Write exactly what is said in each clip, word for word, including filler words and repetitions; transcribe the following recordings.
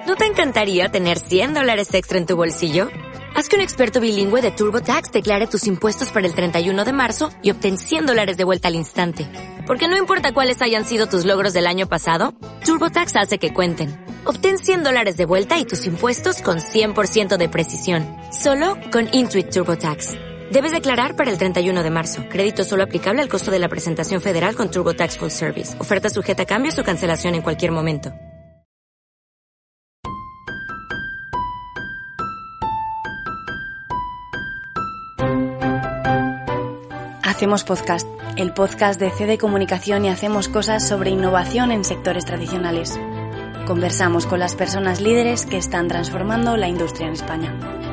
¿No te encantaría tener cien dólares extra en tu bolsillo? Haz que un experto bilingüe de TurboTax declare tus impuestos para el treinta y uno de marzo y obtén cien dólares de vuelta al instante. Porque no importa cuáles hayan sido tus logros del año pasado, TurboTax hace que cuenten. Obtén cien dólares de vuelta y tus impuestos con cien por ciento de precisión. Solo con Intuit TurboTax. Debes declarar para el treinta y uno de marzo. Crédito solo aplicable al costo de la presentación federal con TurboTax Full Service. Oferta sujeta a cambios o cancelación en cualquier momento. Hacemos Podcast, el podcast de C D Comunicación y hacemos cosas sobre innovación en sectores tradicionales. Conversamos con las personas líderes que están transformando la industria en España.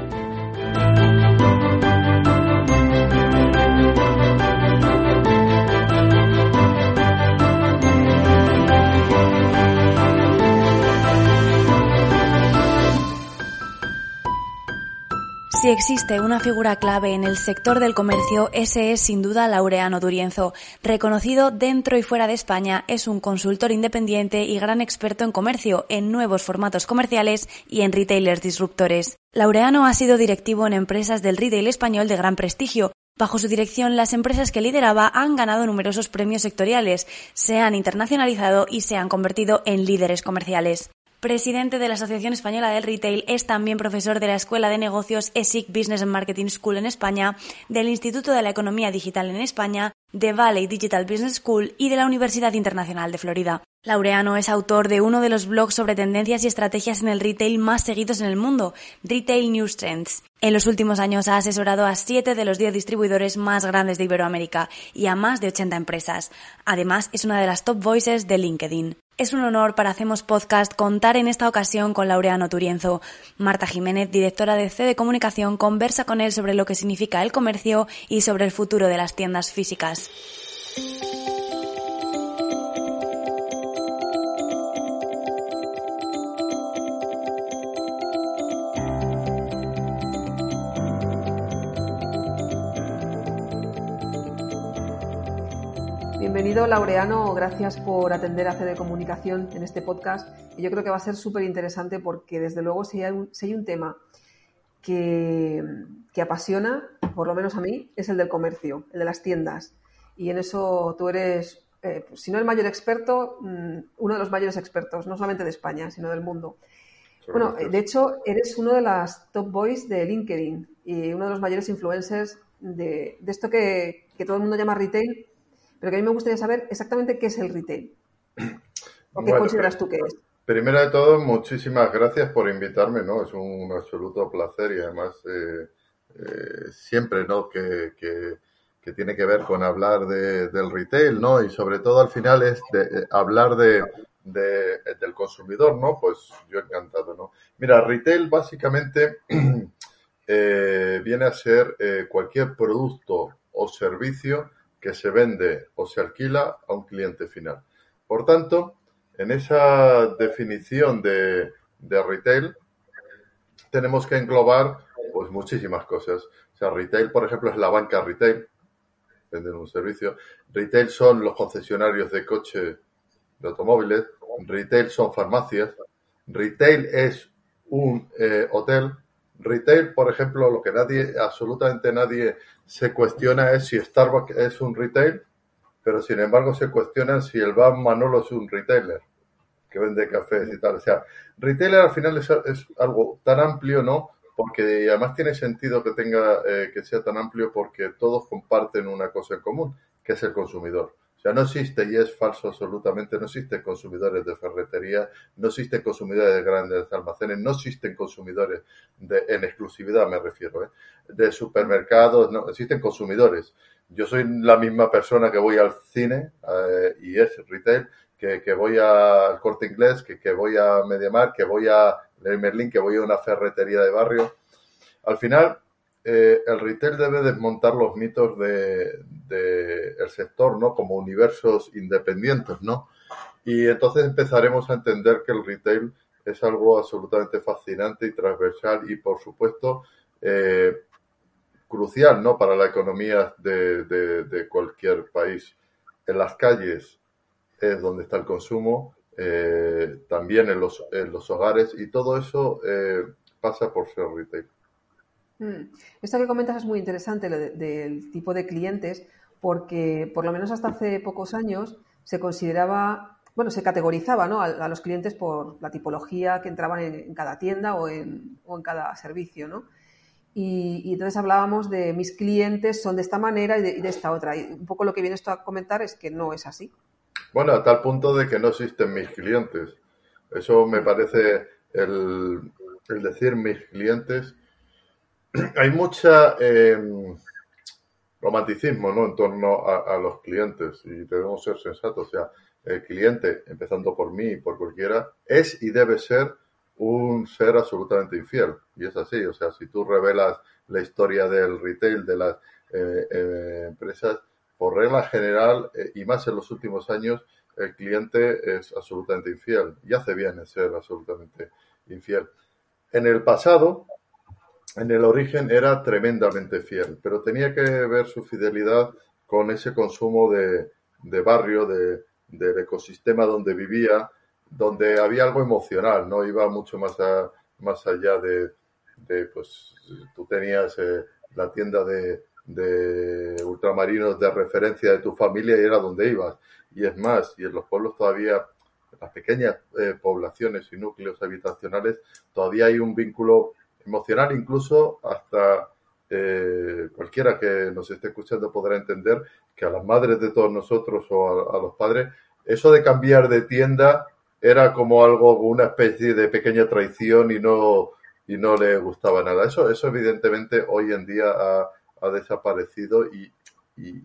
Si existe una figura clave en el sector del comercio, ese es sin duda Laureano Durienzo. Reconocido dentro y fuera de España, es un consultor independiente y gran experto en comercio, en nuevos formatos comerciales y en retailers disruptores. Laureano ha sido directivo en empresas del retail español de gran prestigio. Bajo su dirección, las empresas que lideraba han ganado numerosos premios sectoriales, se han internacionalizado y se han convertido en líderes comerciales. Presidente de la Asociación Española del Retail, es también profesor de la Escuela de Negocios E S I C Business and Marketing School en España, del Instituto de la Economía Digital en España, de Valley Digital Business School y de la Universidad Internacional de Florida. Laureano es autor de uno de los blogs sobre tendencias y estrategias en el retail más seguidos en el mundo, Retail News Trends. En los últimos años ha asesorado a siete de los diez distribuidores más grandes de Iberoamérica y a más de ochenta empresas. Además, es una de las top voices de LinkedIn. Es un honor para Hacemos Podcast contar en esta ocasión con Laureano Durienzo. Marta Jiménez, directora de C D Comunicación, conversa con él sobre lo que significa el comercio y sobre el futuro de las tiendas físicas. Bienvenido, Laureano, gracias por atender a C D Comunicación en este podcast. Y yo creo que va a ser súper interesante porque, desde luego, si hay, un, si hay un tema que, que apasiona, por lo menos a mí, es el del comercio, el de las tiendas. Y en eso tú eres, eh, si no el mayor experto, uno de los mayores expertos, no solamente de España, sino del mundo. Bueno, de hecho, eres uno de las top boys de LinkedIn y uno de los mayores influencers de, de esto que, que todo el mundo llama retail, pero que a mí me gustaría saber exactamente qué es el retail. ¿O qué bueno, consideras tú que es? Primero de todo, muchísimas gracias por invitarme, ¿no? Es un absoluto placer y además eh, eh, siempre, ¿no? Que, que, que tiene que ver con hablar de, del retail, ¿no? Y sobre todo al final es de, eh, hablar de, de, del consumidor, ¿no? Pues yo encantado, ¿no? Mira, retail básicamente eh, viene a ser eh, cualquier producto o servicio que se vende o se alquila a un cliente final. Por tanto, en esa definición de, de retail tenemos que englobar pues muchísimas cosas. O sea, retail, por ejemplo, es la banca retail, venden un servicio. Retail son los concesionarios de coches, de automóviles. Retail son farmacias. Retail es un eh, hotel. Retail, por ejemplo, lo que nadie, absolutamente nadie se cuestiona es si Starbucks es un retail, pero sin embargo se cuestionan si el Bar Manolo es un retailer que vende cafés y tal. O sea, retailer al final es, es algo tan amplio, ¿no? Porque además tiene sentido que tenga, eh, que sea tan amplio porque todos comparten una cosa en común, que es el consumidor. O sea, no existe, y es falso absolutamente, no existen consumidores de ferretería, no existen consumidores de grandes almacenes, no existen consumidores de, en exclusividad me refiero, ¿eh? de supermercados, no, existen consumidores. Yo soy la misma persona que voy al cine, eh, y es retail, que, que voy al Corte Inglés, que, que voy a MediaMarkt, que voy a Leroy Merlin, que voy a una ferretería de barrio. Al final, Eh, el retail debe desmontar los mitos de, de el sector, ¿no? Como universos independientes, ¿no? Y entonces empezaremos a entender que el retail es algo absolutamente fascinante y transversal y, por supuesto, eh, crucial, ¿no? Para la economía de, de, de cualquier país. En las calles es donde está el consumo, eh, también en los, en los hogares, y todo eso eh, pasa por ser retail. Mm. Esto que comentas es muy interesante, lo de- del tipo de clientes, porque por lo menos hasta hace pocos años se consideraba, bueno, se categorizaba, ¿no?, a, a los clientes por la tipología que entraban en, en cada tienda o en, o en cada servicio, ¿no? Y, y entonces hablábamos de mis clientes son de esta manera y de, y de esta otra. Y un poco lo que viene esto a comentar es que no es así. Bueno, a tal punto de que no existen mis clientes. Eso me Mm. parece el, el decir mis clientes. Hay mucha eh, romanticismo, ¿no?, en torno a, a los clientes, y debemos ser sensatos. O sea, el cliente, empezando por mí y por cualquiera, es y debe ser un ser absolutamente infiel. Y es así. O sea, si tú revelas la historia del retail, de las eh, eh, empresas, por regla general, eh, y más en los últimos años, el cliente es absolutamente infiel. Y hace bien en ser absolutamente infiel. En el pasado, en el origen, era tremendamente fiel, pero tenía que ver su fidelidad con ese consumo de, de barrio, de, del ecosistema donde vivía, donde había algo emocional, ¿no? Iba mucho más, a- más allá de, de, pues, tú tenías eh, la tienda de, de ultramarinos de referencia de tu familia y era donde ibas. Y es más, y en los pueblos todavía, las pequeñas eh, poblaciones y núcleos habitacionales, todavía hay un vínculo emocional, incluso hasta eh, cualquiera que nos esté escuchando podrá entender que a las madres de todos nosotros o a, a los padres, eso de cambiar de tienda era como algo, una especie de pequeña traición y no, y no le gustaba nada. Eso, eso evidentemente hoy en día ha, ha desaparecido y, y,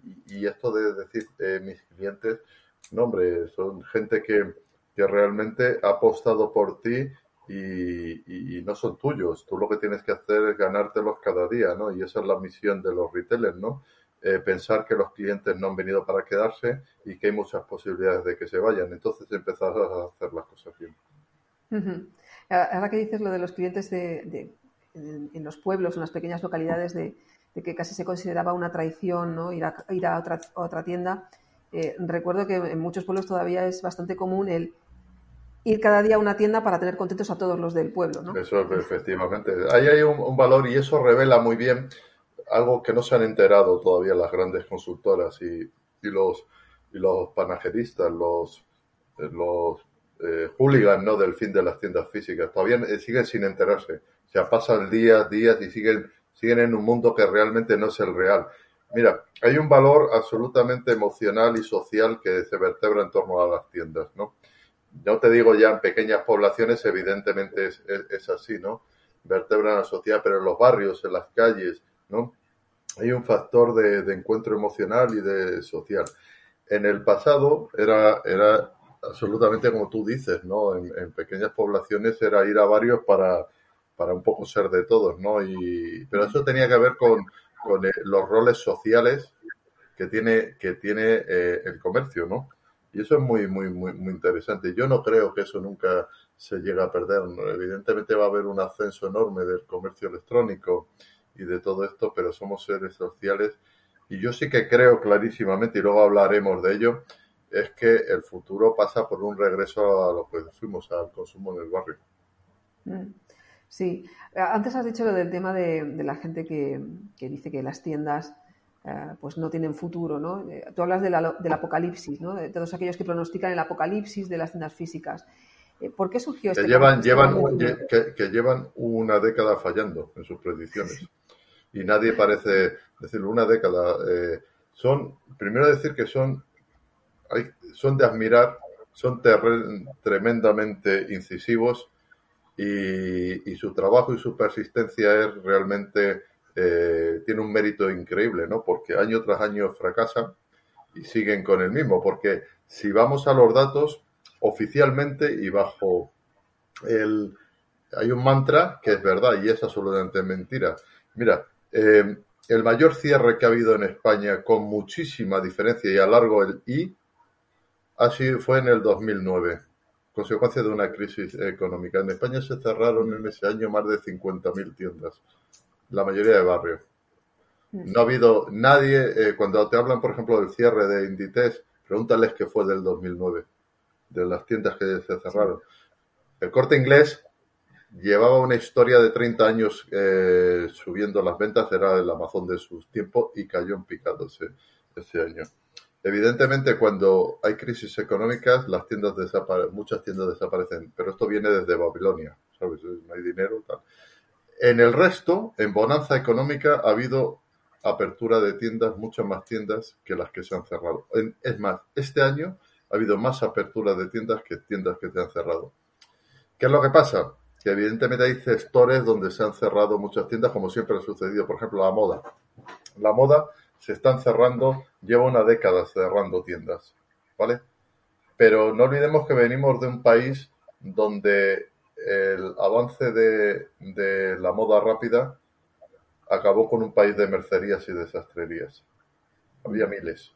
y esto de decir eh, mis clientes, no hombre, son gente que, que realmente ha apostado por ti y, y, y no son tuyos. Tú lo que tienes que hacer es ganártelos cada día, ¿no? Y esa es la misión de los retailers, ¿no? Eh, pensar que los clientes no han venido para quedarse y que hay muchas posibilidades de que se vayan. Entonces empezar a hacer las cosas bien. Ujú. Ahora que dices lo de los clientes de, de- en, en los pueblos, en las pequeñas localidades, de, de que casi se consideraba una traición, ¿no?, ir a, ir a otra, a otra tienda, eh, recuerdo que en muchos pueblos todavía es bastante común el ir cada día a una tienda para tener contentos a todos los del pueblo, ¿no? Eso efectivamente. Ahí hay un, un valor y eso revela muy bien algo que no se han enterado todavía las grandes consultoras y, y los y los panajeristas, los los eh, hooligans, ¿no?, del fin de las tiendas físicas. Todavía eh, siguen sin enterarse. O sea, pasan días, días y siguen siguen en un mundo que realmente no es el real. Mira, hay un valor absolutamente emocional y social que se vertebra en torno a las tiendas, ¿no? No te digo ya en pequeñas poblaciones, evidentemente es, es, es así, ¿no? Vertebran la sociedad, pero en los barrios, en las calles, ¿no? Hay un factor de, de encuentro emocional y de social. En el pasado era, era absolutamente como tú dices, ¿no? En, en pequeñas poblaciones era ir a barrios para, para un poco ser de todos, ¿no? Y, pero eso tenía que ver con, con eh, los roles sociales que tiene, que tiene eh, el comercio, ¿no? Y eso es muy, muy, muy, muy interesante. Yo no creo que eso nunca se llegue a perder, ¿no? Evidentemente va a haber un ascenso enorme del comercio electrónico y de todo esto, pero somos seres sociales y yo sí que creo clarísimamente, y luego hablaremos de ello, es que el futuro pasa por un regreso a lo que fuimos, al consumo en el barrio. Mm. Sí, antes has dicho lo del tema de, de la gente que, que dice que las tiendas eh, pues no tienen futuro, ¿no? Eh, Tú hablas de la- del apocalipsis, ¿no? De todos aquellos que pronostican el apocalipsis de las tiendas físicas. Eh, ¿Por qué surgió Que este, con- llevan, este llevan, convencimiento? que, que llevan una década fallando en sus predicciones. Y nadie parece decirlo, una década. Eh, son, primero decir que son, hay, son de admirar, son terre- tremendamente incisivos y, y su trabajo y su persistencia es realmente, eh, tiene un mérito increíble, ¿no? Porque año tras año fracasan y siguen con el mismo, porque si vamos a los datos, oficialmente y bajo el... Hay un mantra que es verdad y es absolutamente mentira. Mira, eh, el mayor cierre que ha habido en España con muchísima diferencia y a largo el I así fue en el dos mil nueve, consecuencia de una crisis económica. En España se cerraron en ese año más de cincuenta mil tiendas, la mayoría de barrios. No ha habido nadie, eh, cuando te hablan, por ejemplo, del cierre de Inditex, pregúntales qué fue del dos mil nueve. de las tiendas que se cerraron. El Corte Inglés llevaba una historia de treinta años eh, subiendo las ventas, era el Amazon de sus tiempos y cayó en picado ese, ese año. Evidentemente, cuando hay crisis económicas, las tiendas desapare- muchas tiendas desaparecen, pero esto viene desde Babilonia, ¿sabes? No hay dinero, tal. En el resto, en bonanza económica, ha habido apertura de tiendas, muchas más tiendas que las que se han cerrado. En, es más, este año ha habido más apertura de tiendas que tiendas que se han cerrado. ¿Qué es lo que pasa? Que evidentemente hay sectores donde se han cerrado muchas tiendas, como siempre ha sucedido. Por ejemplo, la moda. La moda se están cerrando, lleva una década cerrando tiendas, ¿vale? Pero no olvidemos que venimos de un país donde el avance de, de la moda rápida acabó con un país de mercerías y de sastrerías. Había miles.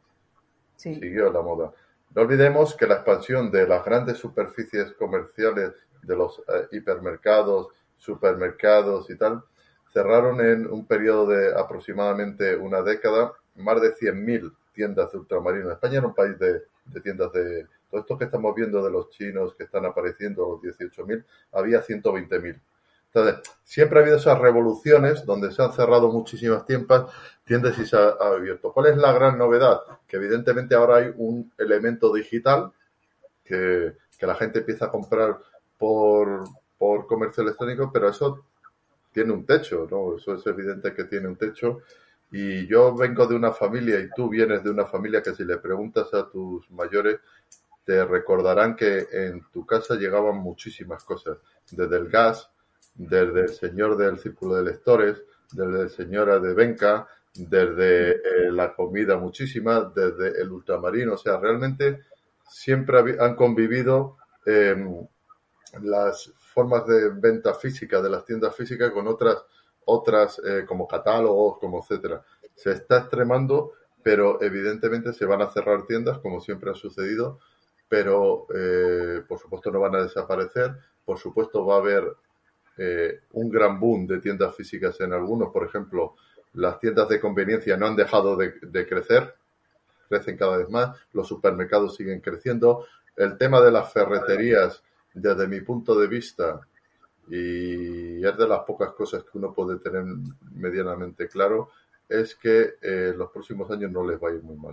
Sí. Siguió la moda. No olvidemos que la expansión de las grandes superficies comerciales, de los eh, hipermercados, supermercados y tal, cerraron en un periodo de aproximadamente una década más de cien mil tiendas de ultramarinos. España era un país de, de tiendas de... Todo esto que estamos viendo de los chinos que están apareciendo, los dieciocho mil, había ciento veinte mil. Entonces, siempre ha habido esas revoluciones donde se han cerrado muchísimas tiendas, tiendas y se ha, ha abierto. ¿Cuál es la gran novedad? Que evidentemente ahora hay un elemento digital que, que la gente empieza a comprar por, por comercio electrónico, pero eso tiene un techo, ¿no? Eso es evidente que tiene un techo. Y yo vengo de una familia y tú vienes de una familia que si le preguntas a tus mayores te recordarán que en tu casa llegaban muchísimas cosas, desde el gas, desde el señor del círculo de lectores, desde el señora de Benca, desde eh, la comida muchísima, desde el ultramarino, o sea, realmente siempre hab- han convivido eh, las formas de venta física de las tiendas físicas con otras, otras eh, como catálogos, como etcétera. Se está extremando, pero evidentemente se van a cerrar tiendas, como siempre ha sucedido, pero eh, por supuesto no van a desaparecer, por supuesto va a haber eh, un gran boom de tiendas físicas en algunos, por ejemplo, las tiendas de conveniencia no han dejado de, de crecer, crecen cada vez más, los supermercados siguen creciendo, el tema de las ferreterías, desde mi punto de vista, y es de las pocas cosas que uno puede tener medianamente claro, es que eh, los próximos años no les va a ir muy mal.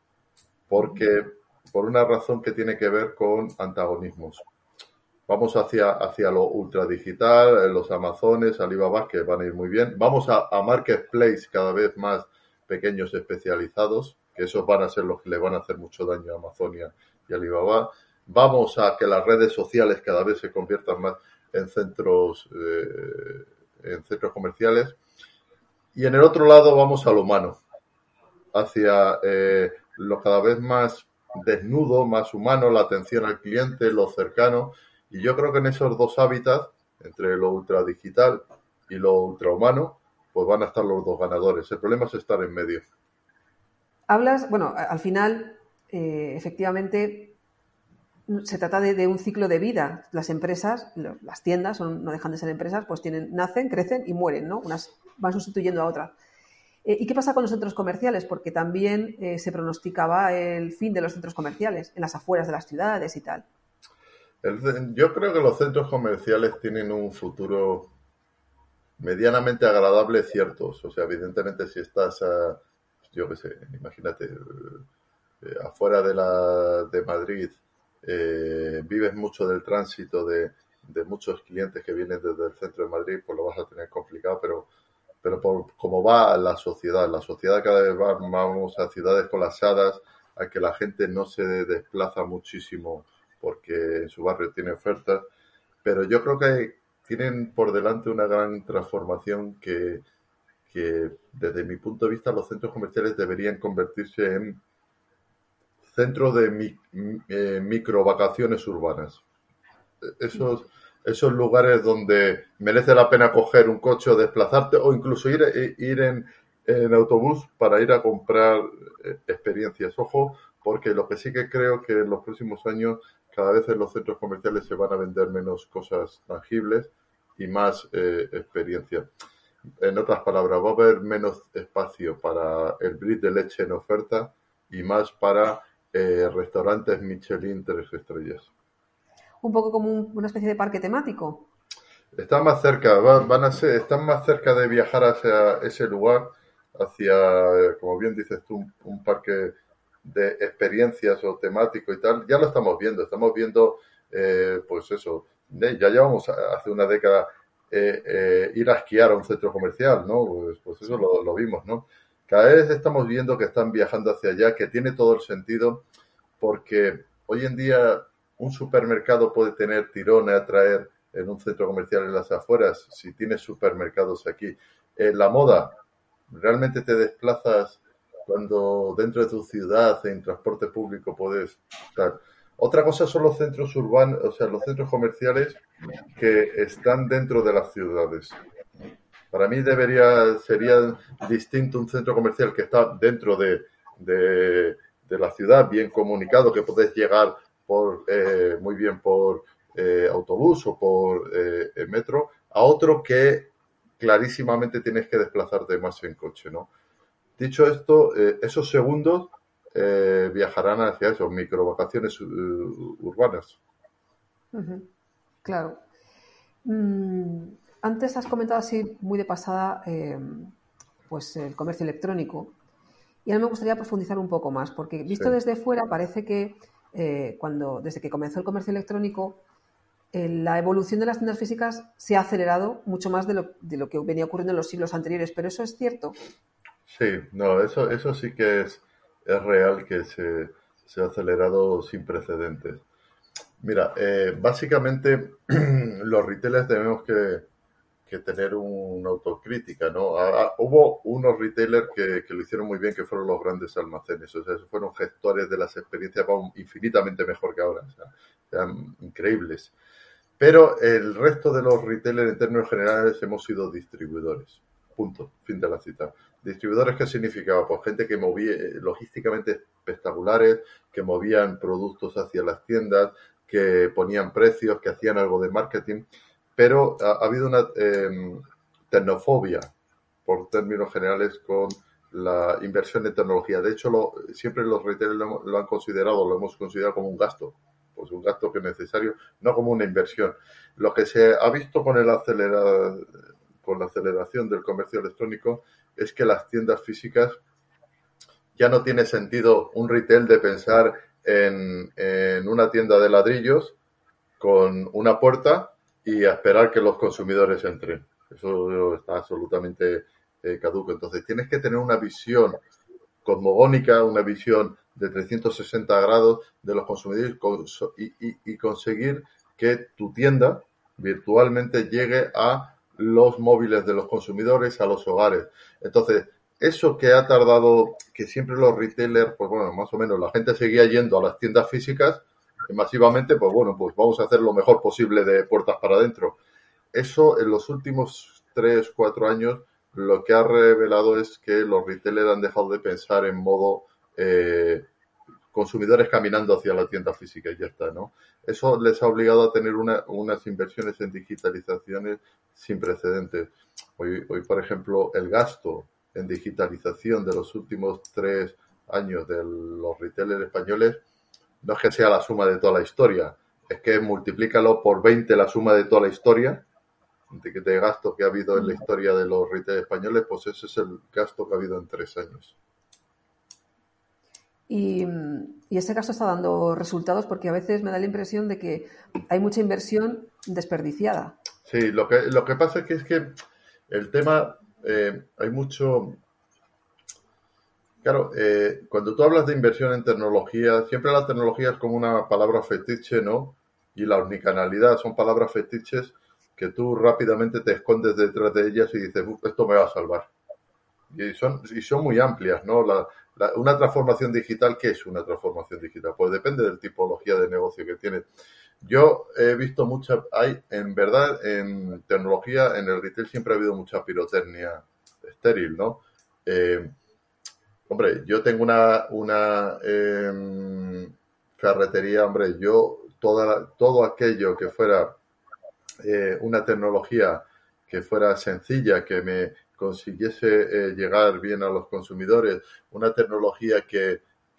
Porque, por una razón que tiene que ver con antagonismos. Vamos hacia, hacia lo ultradigital, los Amazones, Alibaba, que van a ir muy bien. Vamos a, a marketplace cada vez más pequeños especializados, que esos van a ser los que le van a hacer mucho daño a Amazonia y Alibaba. Vamos a que las redes sociales cada vez se conviertan más en centros, eh, en centros comerciales. Y en el otro lado vamos a lo humano, hacia eh, lo cada vez más desnudo, más humano, la atención al cliente, lo cercano. Y yo creo que en esos dos hábitats, entre lo ultradigital y lo ultrahumano, pues van a estar los dos ganadores. El problema es estar en medio. Hablas, bueno, al final, eh, efectivamente, se trata de, de un ciclo de vida. Las empresas, las tiendas, son, no dejan de ser empresas, pues tienen, nacen, crecen y mueren, ¿no? Unas van sustituyendo a otras. Eh, ¿Y qué pasa con los centros comerciales? Porque también eh, se pronosticaba el fin de los centros comerciales en las afueras de las ciudades y tal. El, yo creo que los centros comerciales tienen un futuro medianamente agradable, ciertos. O sea, evidentemente si estás, a, yo qué sé, imagínate, eh, afuera de, la, de Madrid, eh, vives mucho del tránsito de, de muchos clientes que vienen desde el centro de Madrid, pues lo vas a tener complicado, pero pero por cómo va la sociedad, la sociedad cada vez va, vamos a ciudades colapsadas, a que la gente no se desplaza muchísimo porque en su barrio tiene ofertas, pero yo creo que tienen por delante una gran transformación que, que desde mi punto de vista los centros comerciales deberían convertirse en centros de mi, eh, micro vacaciones urbanas. Esos esos lugares donde merece la pena coger un coche o desplazarte o incluso ir, ir en, en autobús para ir a comprar experiencias. Ojo, porque lo que sí que creo que en los próximos años cada vez en los centros comerciales se van a vender menos cosas tangibles y más eh, experiencia. En otras palabras, va a haber menos espacio para el bris de leche en oferta y más para eh, restaurantes Michelin tres estrellas. Un poco como un- una especie de parque temático. Están más cerca, va- van a ser, están más cerca de viajar hacia ese lugar, hacia, eh, como bien dices tú, un, un parque de experiencias o temático y tal. Ya lo estamos viendo, estamos viendo, eh, pues eso, eh, ya llevamos a- hace una década eh, eh, ir a esquiar a un centro comercial, ¿no? Pues, pues eso lo, lo vimos, ¿no? Cada vez estamos viendo que están viajando hacia allá, que tiene todo el sentido, porque hoy en día un supermercado puede tener tirón a atraer en un centro comercial en las afueras, si tienes supermercados aquí. En la moda, realmente te desplazas cuando dentro de tu ciudad, en transporte público, puedes estar. Otra cosa son los centros urbanos, o sea, los centros comerciales que están dentro de las ciudades. Para mí debería, sería distinto un centro comercial que está dentro de, de, de la ciudad, bien comunicado, que podés llegar por eh, muy bien por eh, autobús o por eh, metro, a otro que clarísimamente tienes que desplazarte más en coche, ¿no? Dicho esto, eh, esos segundos eh, viajarán hacia esos microvacaciones uh, urbanas. Ujú, claro. Mm, antes has comentado así muy de pasada eh, pues el comercio electrónico y ahora me gustaría profundizar un poco más porque Sí. visto desde fuera parece que eh, cuando desde que comenzó el comercio electrónico eh, la evolución de las tiendas físicas se ha acelerado mucho más de lo, de lo que venía ocurriendo en los siglos anteriores, pero eso es cierto. Sí, no, eso, eso sí que es, es real que se, se ha acelerado sin precedentes. Mira, eh, básicamente los retailers tenemos que, que tener una autocrítica, ¿no? A- a- hubo unos retailers que, que lo hicieron muy bien, que fueron los grandes almacenes, o sea, fueron gestores de las experiencias, vamos, infinitamente mejor que ahora, o sea, eran increíbles. Pero el resto de los retailers en términos generales hemos sido distribuidores. Punto. Fin de la cita. ¿Distribuidores qué significaba? Pues gente que movía eh, logísticamente espectaculares, que movían productos hacia las tiendas, que ponían precios, que hacían algo de marketing, pero ha, ha habido una eh, tecnofobia, por términos generales, con la inversión en tecnología. De hecho, lo, siempre los retailers lo, hemos- lo han considerado, lo hemos considerado como un gasto, pues un gasto que es necesario, no como una inversión. Lo que se ha visto con el acelera, con la aceleración del comercio electrónico es que las tiendas físicas ya no tiene sentido un retail de pensar en, en una tienda de ladrillos con una puerta y a esperar que los consumidores entren. Eso está absolutamente eh, caduco. Entonces tienes que tener una visión cosmogónica, una visión de trescientos sesenta grados de los consumidores y, y, y conseguir que tu tienda virtualmente llegue a los móviles de los consumidores, a los hogares. Entonces, eso que ha tardado, que siempre los retailers, pues bueno, más o menos la gente seguía yendo a las tiendas físicas masivamente, pues bueno, pues vamos a hacer lo mejor posible de puertas para adentro. Eso en los últimos tres, cuatro años lo que ha revelado es que los retailers han dejado de pensar en modo eh, consumidores caminando hacia la tienda física y ya está, ¿no? Eso les ha obligado a tener una, unas inversiones en digitalizaciones sin precedentes. Hoy, hoy, por ejemplo, el gasto en digitalización de los últimos tres años de los retailers españoles no es que sea la suma de toda la historia, es que multiplícalo por veinte la suma de toda la historia de, de gasto que ha habido en la historia de los retail españoles, pues ese es el gasto que ha habido en tres años. Y, y ese gasto está dando resultados porque a veces me da la impresión de que hay mucha inversión desperdiciada. Sí, lo que, lo que pasa es que es que el tema, eh, hay mucho... Claro, eh, cuando tú hablas de inversión en tecnología, siempre la tecnología es como una palabra fetiche, ¿no? Y la omnicanalidad son palabras fetiches que tú rápidamente te escondes detrás de ellas y dices, esto me va a salvar. Y son, y son muy amplias, ¿no? La, la, una transformación digital, ¿qué es una transformación digital? Pues depende de la tipología de negocio que tienes. Yo he visto mucha, hay, en verdad, en tecnología, en el retail siempre ha habido mucha pirotecnia estéril, ¿no? Eh, hombre, yo tengo una, una eh, ferretería, hombre, yo, toda, todo aquello que fuera eh, una tecnología que fuera sencilla, que me consiguiese eh, llegar bien a los consumidores, una tecnología que,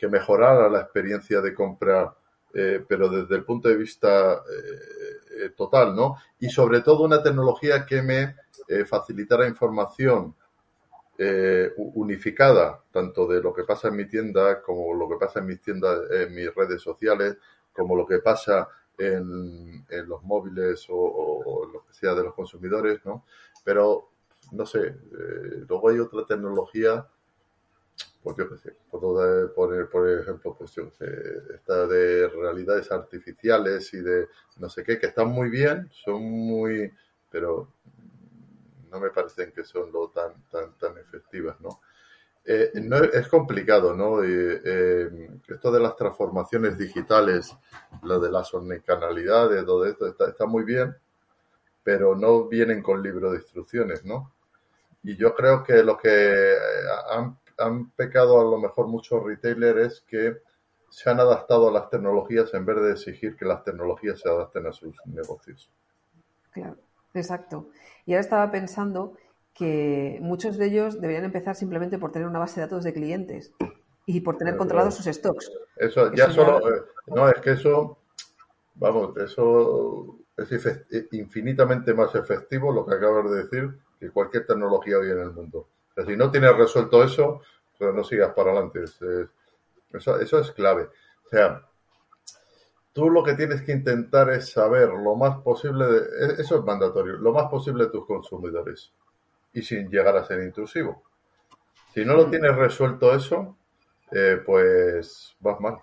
que mejorara la experiencia de compra, eh, pero desde el punto de vista eh, eh, total, ¿no? Y sobre todo una tecnología que me eh, facilitara información eh, unificada, tanto de lo que pasa en mi tienda como lo que pasa en mis tiendas, en mis redes sociales, como lo que pasa en, en los móviles o, o, o lo que sea de los consumidores, ¿no? Pero, no sé, eh, luego hay otra tecnología, pues yo qué sé, puedo poner, por ejemplo, pues yo qué sé, esta de realidades artificiales y de no sé qué, que están muy bien, son muy, pero no me parecen que son lo tan, tan, tan efectivas, ¿no? Eh, no es complicado, ¿no? Eh, eh, esto de las transformaciones digitales, lo de las omnicanalidades, todo esto está, está muy bien, pero no vienen con libro de instrucciones, ¿no? Y yo creo que lo que han, han pecado a lo mejor muchos retailers es que se han adaptado a las tecnologías en vez de exigir que las tecnologías se adapten a sus negocios. Claro, exacto. Y ahora estaba pensando que muchos de ellos deberían empezar simplemente por tener una base de datos de clientes y por tener controlados sus stocks. Eso ya Eso ya... solo, eh, no, es que eso, vamos, eso es infinitamente más efectivo lo que acabas de decir que cualquier tecnología hoy en el mundo. O sea, si no tienes resuelto eso, pues no sigas para adelante. Es, es, eso, eso es clave. O sea, tú lo que tienes que intentar es saber lo más posible, de, eso es mandatorio, lo más posible de tus consumidores y sin llegar a ser intrusivo. Si no lo tienes resuelto eso, eh, pues vas mal.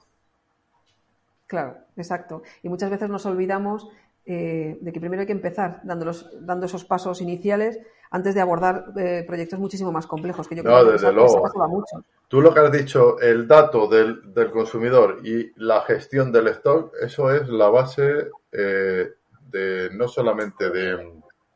Claro, exacto. Y muchas veces nos olvidamos eh, de que primero hay que empezar dándolos, dando esos pasos iniciales antes de abordar eh, proyectos muchísimo más complejos, que yo No, creo que desde les ha luego. pasado a muchos. Tú lo que has dicho, el dato del, del consumidor y la gestión del stock, eso es la base eh, de no solamente de,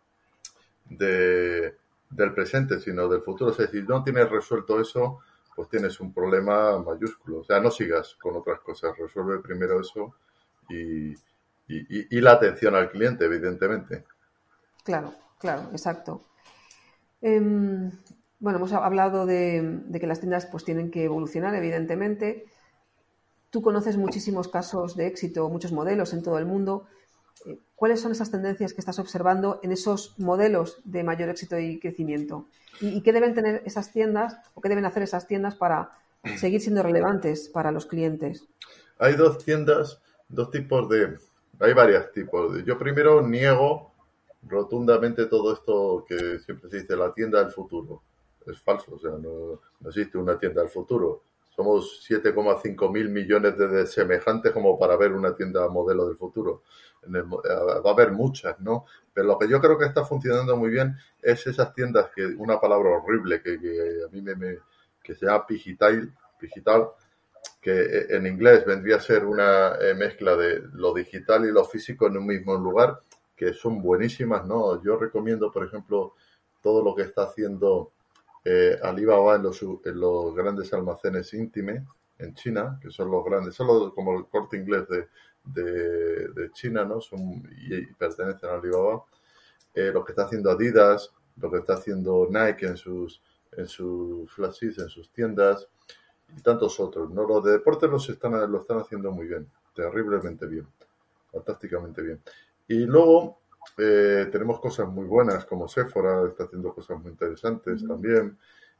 de del presente, sino del futuro. O sea, si no tienes resuelto eso, pues tienes un problema mayúsculo. O sea, no sigas con otras cosas, resuelve primero eso y, y, y, y la atención al cliente, evidentemente. Claro, claro, exacto. Eh, bueno, hemos hablado de, de que las tiendas pues tienen que evolucionar, evidentemente. Tú conoces muchísimos casos de éxito, muchos modelos en todo el mundo. ¿Cuáles son esas tendencias que estás observando en esos modelos de mayor éxito y crecimiento? ¿Y, y qué deben tener esas tiendas o qué deben hacer esas tiendas para seguir siendo relevantes para los clientes? Hay dos tiendas, dos tipos de... Hay varios tipos. De, yo primero niego rotundamente todo esto que siempre se dice, la tienda del futuro. Es falso, o sea, no, no existe una tienda del futuro. Somos siete coma cinco mil millones de semejantes como para ver una tienda modelo del futuro. En el, va a haber muchas, ¿no? Pero lo que yo creo que está funcionando muy bien es esas tiendas que, una palabra horrible que, que a mí me, me que se llama digital, digital, que en inglés vendría a ser una mezcla de lo digital y lo físico en un mismo lugar, que son buenísimas, ¿no? Yo recomiendo, por ejemplo, todo lo que está haciendo eh, Alibaba en los, en los grandes almacenes Intime en China, que son los grandes, son los, como el Corte Inglés de, de, de China, ¿no? Son, y, y pertenecen a Alibaba. Eh, lo que está haciendo Adidas, lo que está haciendo Nike en sus, en sus flashes, en sus tiendas, y tantos otros, ¿no? Los de deportes los están, lo están haciendo muy bien, terriblemente bien, fantásticamente bien. Y luego eh, tenemos cosas muy buenas, como Sephora está haciendo cosas muy interesantes también.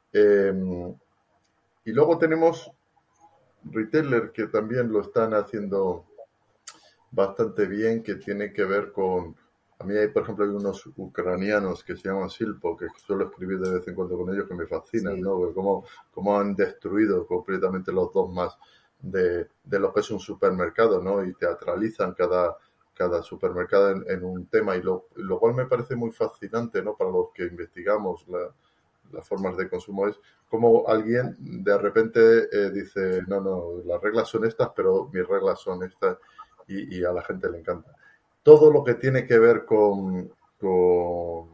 Eh, y luego tenemos retailers que también lo están haciendo bastante bien, que tiene que ver con... A mí hay, por ejemplo, hay unos ucranianos que se llaman Silpo, que suelo escribir de vez en cuando con ellos, que me fascinan, sí. ¿no? Porque cómo, cómo han destruido completamente los dos más de, de lo que es un supermercado, ¿no? Y teatralizan cada, cada supermercado en, en un tema, y lo, lo cual me parece muy fascinante, ¿no? Para los que investigamos la, las formas de consumo, es como alguien de repente eh, dice, no, no, las reglas son estas, pero mis reglas son estas, y, y a la gente le encanta. Todo lo que tiene que ver con, con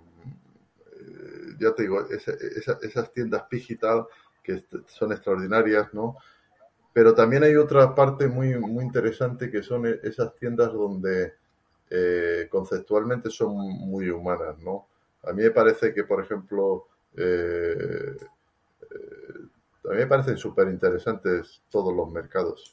eh, ya te digo, esa, esa, esas tiendas digital que son extraordinarias, ¿no? Pero también hay otra parte muy, muy interesante, que son esas tiendas donde eh, conceptualmente son muy humanas, ¿no? A mí me parece que, por ejemplo, eh, eh, A mí me parecen súper interesantes todos los mercados.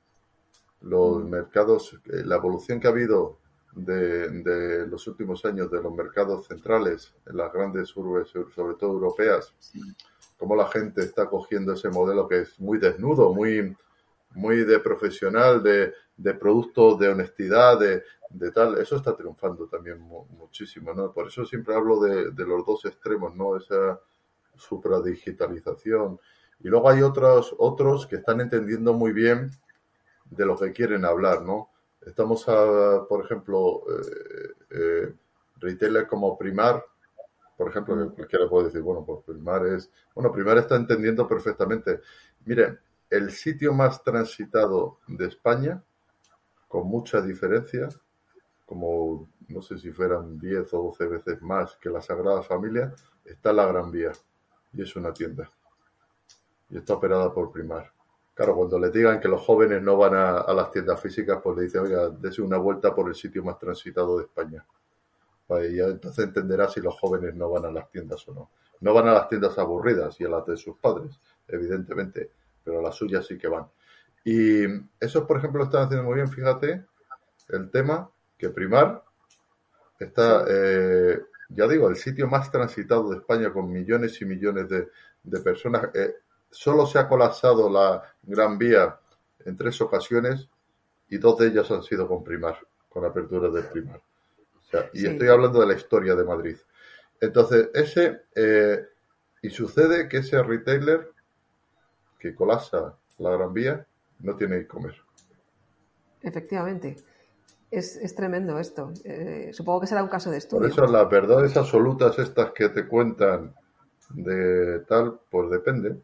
Los Mm. mercados, eh, la evolución que ha habido de, de los últimos años de los mercados centrales en las grandes urbes, sobre todo europeas, Sí, cómo la gente está cogiendo ese modelo que es muy desnudo, muy, muy de profesional, de, de producto, de honestidad, de, de tal, eso está triunfando también mu- muchísimo, ¿no? Por eso siempre hablo de, de los dos extremos, ¿no? Esa supradigitalización. Y luego hay otros, otros que están entendiendo muy bien de lo que quieren hablar, ¿no? Estamos, a, por ejemplo, eh, eh, retailers como Primar, por ejemplo, que mm, cualquiera puede decir, bueno, pues Primar es... Bueno, Primar está entendiendo perfectamente. Miren, el sitio más transitado de España, con mucha diferencia, como no sé si fueran diez o doce veces más que la Sagrada Familia, está la Gran Vía. Y es una tienda. Y está operada por Primar. Claro, cuando le digan que los jóvenes no van a, a las tiendas físicas, pues le dicen, oiga, dese una vuelta por el sitio más transitado de España. Vale, y ya entonces entenderá si los jóvenes no van a las tiendas o no. No van a las tiendas aburridas y a las de sus padres, evidentemente, pero a las suyas sí que van. Y eso, por ejemplo, lo están haciendo muy bien, fíjate, el tema que Primar está, sí, eh, ya digo, el sitio más transitado de España con millones y millones de, de personas. Eh, solo se ha colapsado la Gran Vía en tres ocasiones y dos de ellas han sido con Primar, con apertura de Primar. O sea, y estoy sí. hablando de la historia de Madrid. Entonces, ese, eh, y sucede que ese retailer que colapsa la Gran Vía no tiene e-commerce. Efectivamente. Es, es tremendo esto. Eh, supongo que será un caso de Por estudio. eso las verdades absolutas estas que te cuentan de tal, pues depende.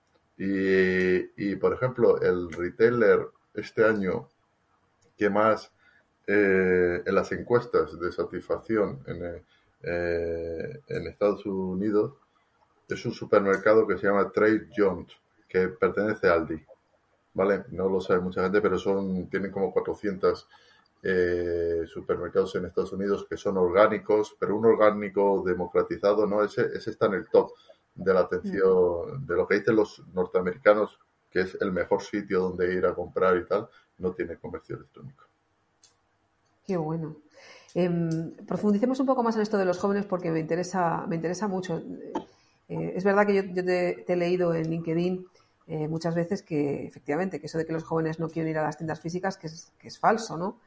Y, y por ejemplo, el retailer este año que más eh, en las encuestas de satisfacción en, eh, en Estados Unidos es un supermercado que se llama Trade Joint, que pertenece a Aldi, ¿vale? No lo sabe mucha gente, pero son tienen como cuatrocientos eh, supermercados en Estados Unidos que son orgánicos, pero un orgánico democratizado, ¿no? Ese, ese está en el top de la Mm, atención, de lo que dicen los norteamericanos, que es el mejor sitio donde ir a comprar y tal, no tiene comercio electrónico. qué bueno. Em, profundicemos un poco más en esto de los jóvenes porque me interesa, me interesa mucho. Eh, es verdad que yo, yo te, te he leído en LinkedIn eh, muchas veces que efectivamente que eso de que los jóvenes no quieren ir a las tiendas físicas que es, que es falso, ¿no?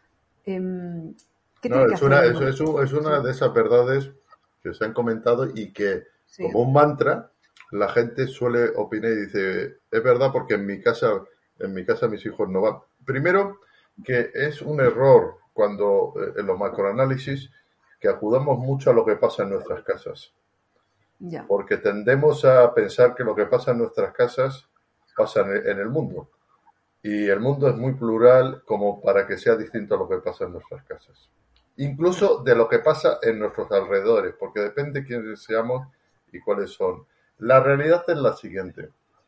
Em, ¿Qué No, tiene que es hacer una, es, uno? es un- es una Sí, de esas verdades que se han comentado y que, sí, como un mantra, la gente suele opinar y dice, es verdad porque en mi casa, en mi casa mis hijos no van. Primero, que es un error cuando eh, en los macroanálisis que acudamos mucho a lo que pasa en nuestras casas, ya. porque tendemos a pensar que lo que pasa en nuestras casas pasa en el, en el mundo. Y el mundo es muy plural como para que sea distinto a lo que pasa en nuestras casas. Incluso de lo que pasa en nuestros alrededores, porque depende de quiénes seamos y cuáles son. La realidad es la siguiente.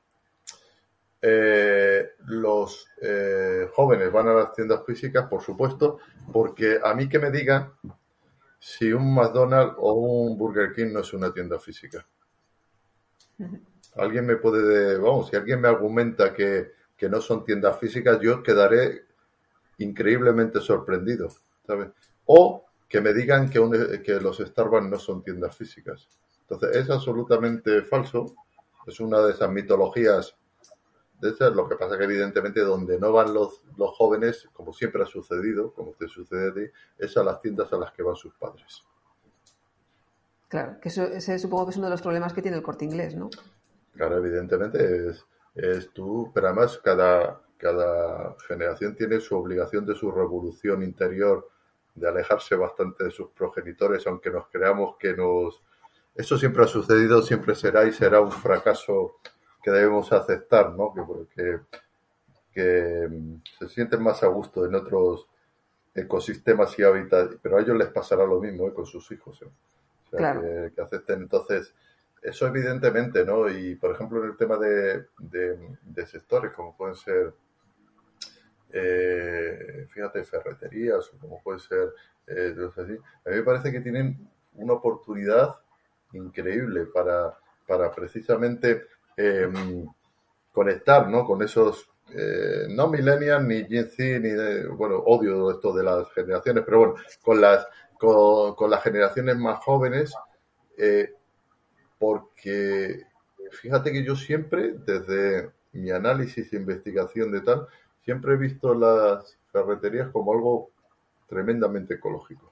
Eh, los eh, jóvenes van a las tiendas físicas, por supuesto, porque a mí que me digan si un McDonald's o un Burger King no es una tienda física. Alguien me puede, vamos, si alguien me argumenta que, que no son tiendas físicas, yo quedaré increíblemente sorprendido, ¿sabes? O que me digan que, un, que los Starbucks no son tiendas físicas. Entonces, es absolutamente falso. Es una de esas mitologías de esas. Lo que pasa que, evidentemente, donde no van los, los jóvenes, como siempre ha sucedido, como te sucede a ti, es a las tiendas a las que van sus padres. Claro, que eso, ese supongo que es uno de los problemas que tiene el Corte Inglés, ¿no? Claro, evidentemente es, es tú, pero además cada, cada generación tiene su obligación de su revolución interior, de alejarse bastante de sus progenitores, aunque nos creamos que nos... Eso siempre ha sucedido, siempre será y será un fracaso que debemos aceptar, ¿no? Que, que, que se sienten más a gusto en otros ecosistemas y hábitats, pero a ellos les pasará lo mismo, ¿eh? Con sus hijos, ¿eh? O sea, Claro, que, que acepten entonces eso evidentemente, ¿no? Y por ejemplo en el tema de, de, de sectores como pueden ser, eh, fíjate, ferreterías o como puede ser, eh, así, a mí me parece que tienen una oportunidad increíble para, para precisamente eh, conectar, ¿no? Con esos, eh, no millennials, ni Gen Z, ni de, bueno, odio esto de las generaciones, pero bueno, con las, con, con las generaciones más jóvenes, eh, porque fíjate que yo siempre, desde mi análisis e investigación de tal, siempre he visto las ferreterías como algo tremendamente ecológico.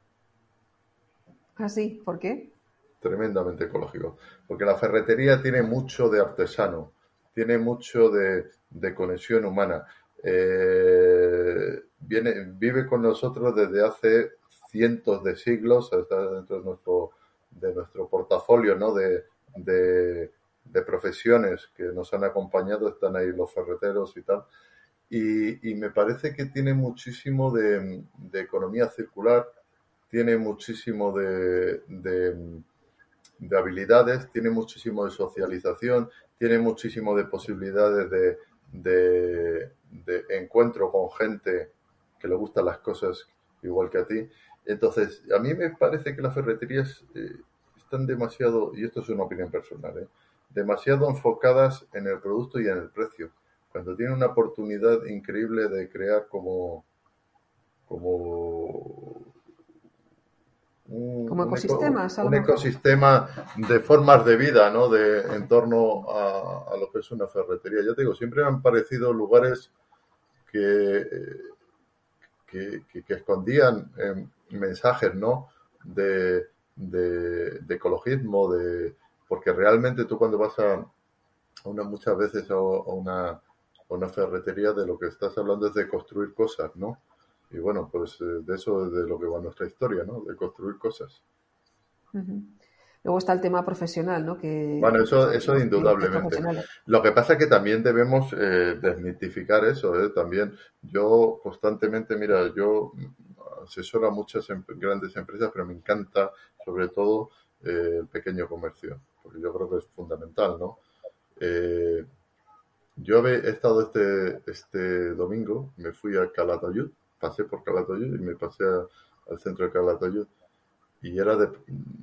¿Ah, sí? ¿Por qué? Tremendamente ecológico. Porque la ferretería tiene mucho de artesano, tiene mucho de, de conexión humana. Eh, viene, vive con nosotros desde hace cientos de siglos, está dentro de nuestro, de nuestro portafolio, ¿no? de, de, de profesiones que nos han acompañado, están ahí los ferreteros y tal. Y, y me parece que tiene muchísimo de, de economía circular, tiene muchísimo de, de, de habilidades, tiene muchísimo de socialización, tiene muchísimo de posibilidades de, de, de encuentro con gente que le gustan las cosas igual que a ti. Entonces, a mí me parece que las ferreterías eh, están demasiado, y esto es una opinión personal, ¿eh? demasiado enfocadas en el producto y en el precio, cuando tienen una oportunidad increíble de crear como, como un, Como un, eco, ecosistemas, a lo un mejor. ecosistema de formas de vida, ¿no? De, en torno a, a lo que es una ferretería. Ya te digo, siempre me han parecido lugares que, que, que, que escondían eh, mensajes, ¿no? De, de, de ecologismo, de porque realmente tú cuando vas a, a una, muchas veces a, a una, a una ferretería, de lo que estás hablando es de construir cosas, ¿no? Y bueno, pues eh, de eso es de lo que va nuestra historia, ¿no? De construir cosas. Uh-huh. Luego está el tema profesional, ¿no? Que, Bueno, eso, que eso los clientes indudablemente. profesionales. Lo que pasa es que también debemos eh, desmitificar eso, ¿eh? También yo constantemente, mira, yo asesoro a muchas em- grandes empresas, pero me encanta sobre todo eh, el pequeño comercio, porque yo creo que es fundamental, ¿no? Eh, yo he estado este, este domingo, me fui a Calatayud, pasé por Calatayud y me pasé a- al centro de Calatayud y era de,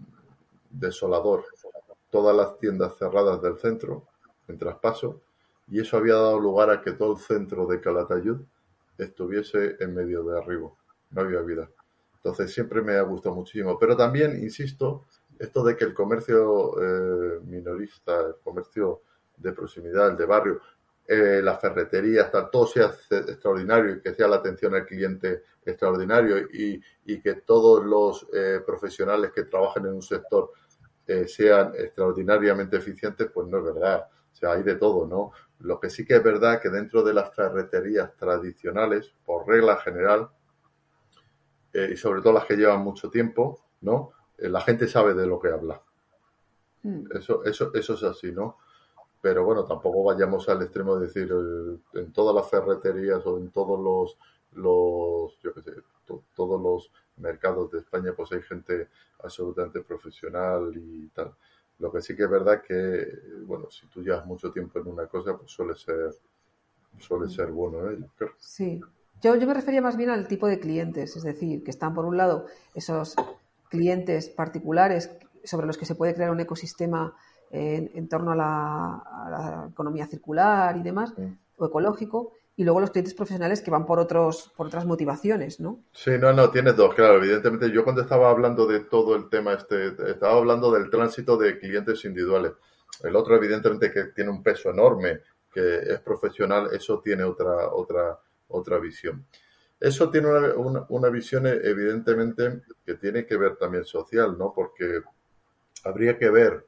desolador. Todas las tiendas cerradas del centro en traspaso y eso había dado lugar a que todo el centro de Calatayud estuviese en medio de arriba. No había vida. Entonces siempre me ha gustado muchísimo. Pero también, insisto, esto de que el comercio eh, minorista, el comercio de proximidad, el de barrio, eh, las ferreterías, tal, todo sea extraordinario y que sea la atención al cliente extraordinario y, y que todos los eh, profesionales que trabajen en un sector eh, sean extraordinariamente eficientes, pues no es verdad. O sea, hay de todo, ¿no? Lo que sí que es verdad que dentro de las ferreterías tradicionales, por regla general, eh, y sobre todo las que llevan mucho tiempo, ¿no? Eh, la gente sabe de lo que habla. Mm. Eso, eso, eso es así, ¿no? Pero bueno, tampoco vayamos al extremo de decir eh, en todas las ferreterías o en todos los, los yo qué sé, to- todos los mercados de España, pues hay gente absolutamente profesional y tal. Lo que sí que es verdad que, bueno, si tú llevas mucho tiempo en una cosa, pues suele ser, suele ser bueno, ¿eh? Yo creo. Sí. Yo, yo me refería más bien al tipo de clientes, es decir, que están por un lado esos clientes particulares sobre los que se puede crear un ecosistema en, en torno a la, a la economía circular y demás, Mm. o ecológico, y luego los clientes profesionales que van por otros, por otras motivaciones, ¿no? Sí, no, no, tienes dos, claro, evidentemente. Yo cuando estaba hablando de todo el tema este, estaba hablando del tránsito de clientes individuales. El otro, evidentemente, que tiene un peso enorme, que es profesional, eso tiene otra, otra, otra visión. Eso tiene una, una, una visión, evidentemente, que tiene que ver también social, ¿no? Porque habría que ver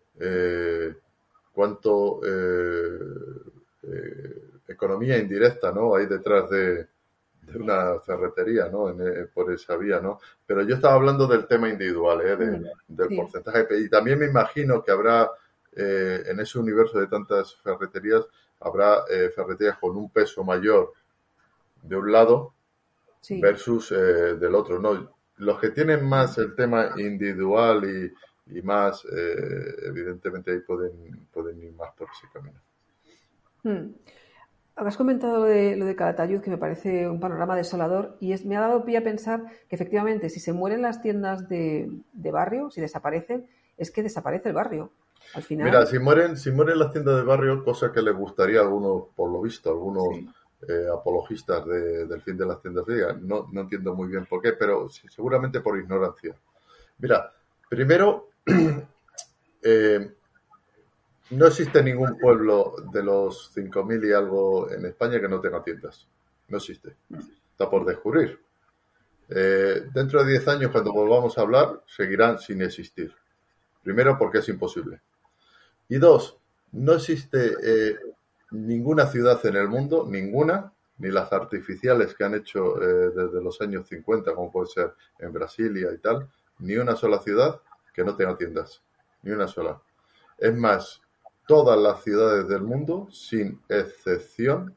eh, cuánto eh, eh, economía indirecta, ¿no? Hay detrás de de una ferretería, ¿no? En, eh, por esa vía, ¿no? Pero yo estaba hablando del tema individual, ¿eh? De, Mm, del sí. porcentaje. Y también me imagino que habrá, eh, en ese universo de tantas ferreterías, habrá eh, ferreterías con un peso mayor de un lado Sí. versus eh, del otro, ¿no? Los que tienen más el tema individual y, y más, eh, evidentemente ahí pueden, pueden ir más por ese camino. Mm. Has comentado lo de, lo de Calatayud, que me parece un panorama desolador, y es, me ha dado pie a pensar que efectivamente, si se mueren las tiendas de, de barrio, si desaparecen, es que desaparece el barrio. Al final... Mira, si mueren, si mueren las tiendas de barrio, cosa que les gustaría a algunos, por lo visto, algunos sí. eh, apologistas de, del fin de las tiendas físicas, no, no entiendo muy bien por qué, pero sí, seguramente por ignorancia. Mira, primero, eh, no existe ningún pueblo de los cinco mil y algo en España que no tenga tiendas. No existe. Está por descubrir. Eh, dentro de diez años, cuando volvamos a hablar, seguirán sin existir. Primero, porque es imposible. Y dos, no existe eh, ninguna ciudad en el mundo, ninguna, ni las artificiales que han hecho eh, desde los años cincuenta, como puede ser en Brasilia y tal, ni una sola ciudad que no tenga tiendas. Ni una sola. Es más, todas las ciudades del mundo, sin excepción,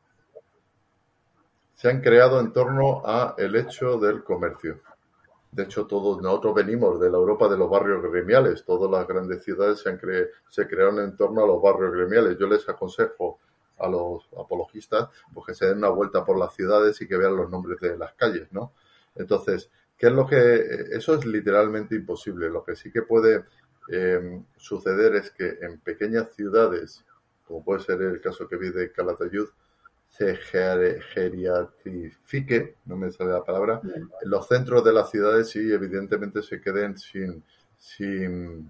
se han creado en torno a el hecho del comercio. De hecho, todos nosotros venimos de la Europa de los barrios gremiales. Todas las grandes ciudades se, han cre- se crearon en torno a los barrios gremiales. Yo les aconsejo a los apologistas pues, que se den una vuelta por las ciudades y que vean los nombres de las calles, ¿no? Entonces, ¿qué es lo que...? Eso es literalmente imposible. Lo que sí que puede eh, suceder es que en pequeñas ciudades, como puede ser el caso que vi de Calatayud, se geriatrifique, no me sale la palabra, bien. Los centros de las ciudades sí, evidentemente se queden sin sin,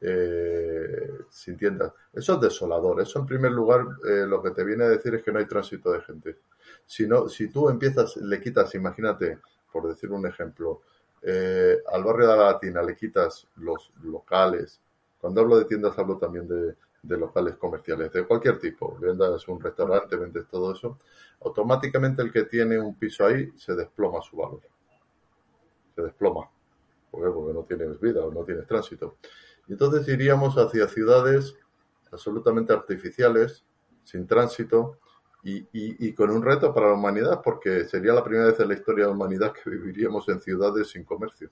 eh, sin tiendas. Eso es desolador. Eso en primer lugar eh, lo que te viene a decir es que no hay tránsito de gente. Si, no, si tú empiezas, le quitas, imagínate, por decir un ejemplo, eh, al barrio de la Latina le quitas los locales. Cuando hablo de tiendas hablo también de de locales comerciales, de cualquier tipo, vendas un restaurante, vendes todo eso, automáticamente el que tiene un piso ahí se desploma su valor. Se desploma. ¿Por qué? Porque no tienes vida o no tienes tránsito. Y entonces iríamos hacia ciudades absolutamente artificiales, sin tránsito y, y, y con un reto para la humanidad, porque sería la primera vez en la historia de la humanidad que viviríamos en ciudades sin comercio.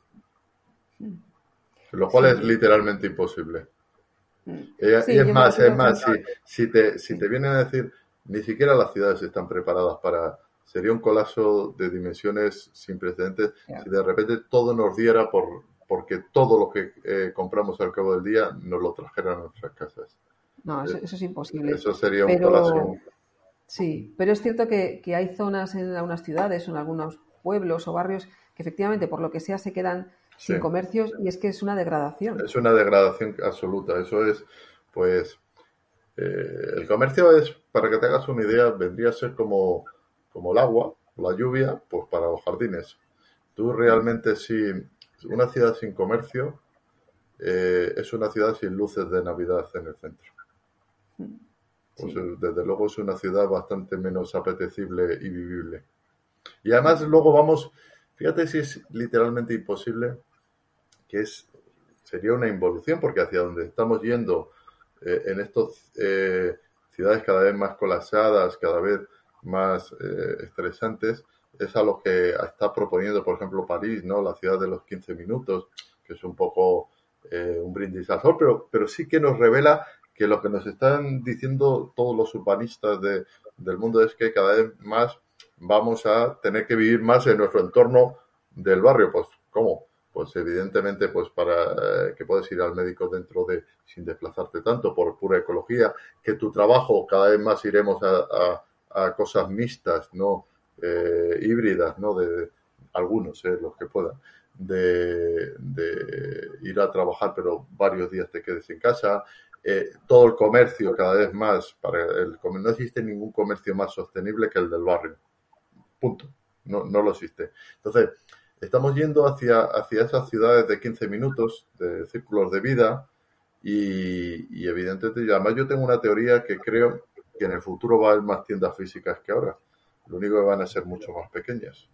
Lo cual sí. es literalmente imposible. Eh, sí, y es más, es más, si, si, te, si te vienen a decir, ni siquiera las ciudades están preparadas para, sería un colapso de dimensiones sin precedentes yeah. si de repente todo nos diera por, porque todo lo que eh, compramos al cabo del día nos lo trajeran a nuestras casas. No, eso, eso es imposible. Eso sería un pero, colapso. Sí, pero es cierto que, que hay zonas en algunas ciudades o en algunos pueblos o barrios que efectivamente, por lo que sea, se quedan sin sí. comercios y es que es una degradación. Es una degradación absoluta. Eso es, pues, eh, el comercio es, para que te hagas una idea, vendría a ser como, como el agua, la lluvia, pues para los jardines. Tú realmente, si una ciudad sin comercio eh, es una ciudad sin luces de Navidad en el centro. Pues, sí. Desde luego es una ciudad bastante menos apetecible y vivible. Y además luego vamos, fíjate si es literalmente imposible, que es sería una involución, porque hacia donde estamos yendo eh, en estas eh, ciudades cada vez más colapsadas, cada vez más eh, estresantes, es a lo que está proponiendo, por ejemplo, París, ¿no? La ciudad de los quince minutos, que es un poco eh, un brindis al sol, pero, pero sí que nos revela que lo que nos están diciendo todos los urbanistas de, del mundo es que cada vez más vamos a tener que vivir más en nuestro entorno del barrio. Pues, ¿cómo? Pues evidentemente, pues para eh, que puedas ir al médico dentro de, sin desplazarte tanto, por pura ecología, que tu trabajo cada vez más iremos a, a, a cosas mixtas, no eh, híbridas, no de, de algunos, eh, los que puedan, de, de ir a trabajar, pero varios días te quedes en casa. Eh, todo el comercio cada vez más, para el no existe ningún comercio más sostenible que el del barrio. Punto. No, no lo existe. Entonces, estamos yendo hacia, hacia esas ciudades de quince minutos, de círculos de vida, y, y evidentemente, y además yo tengo una teoría que creo que en el futuro va a haber más tiendas físicas que ahora. Lo único que van a ser mucho más pequeñas.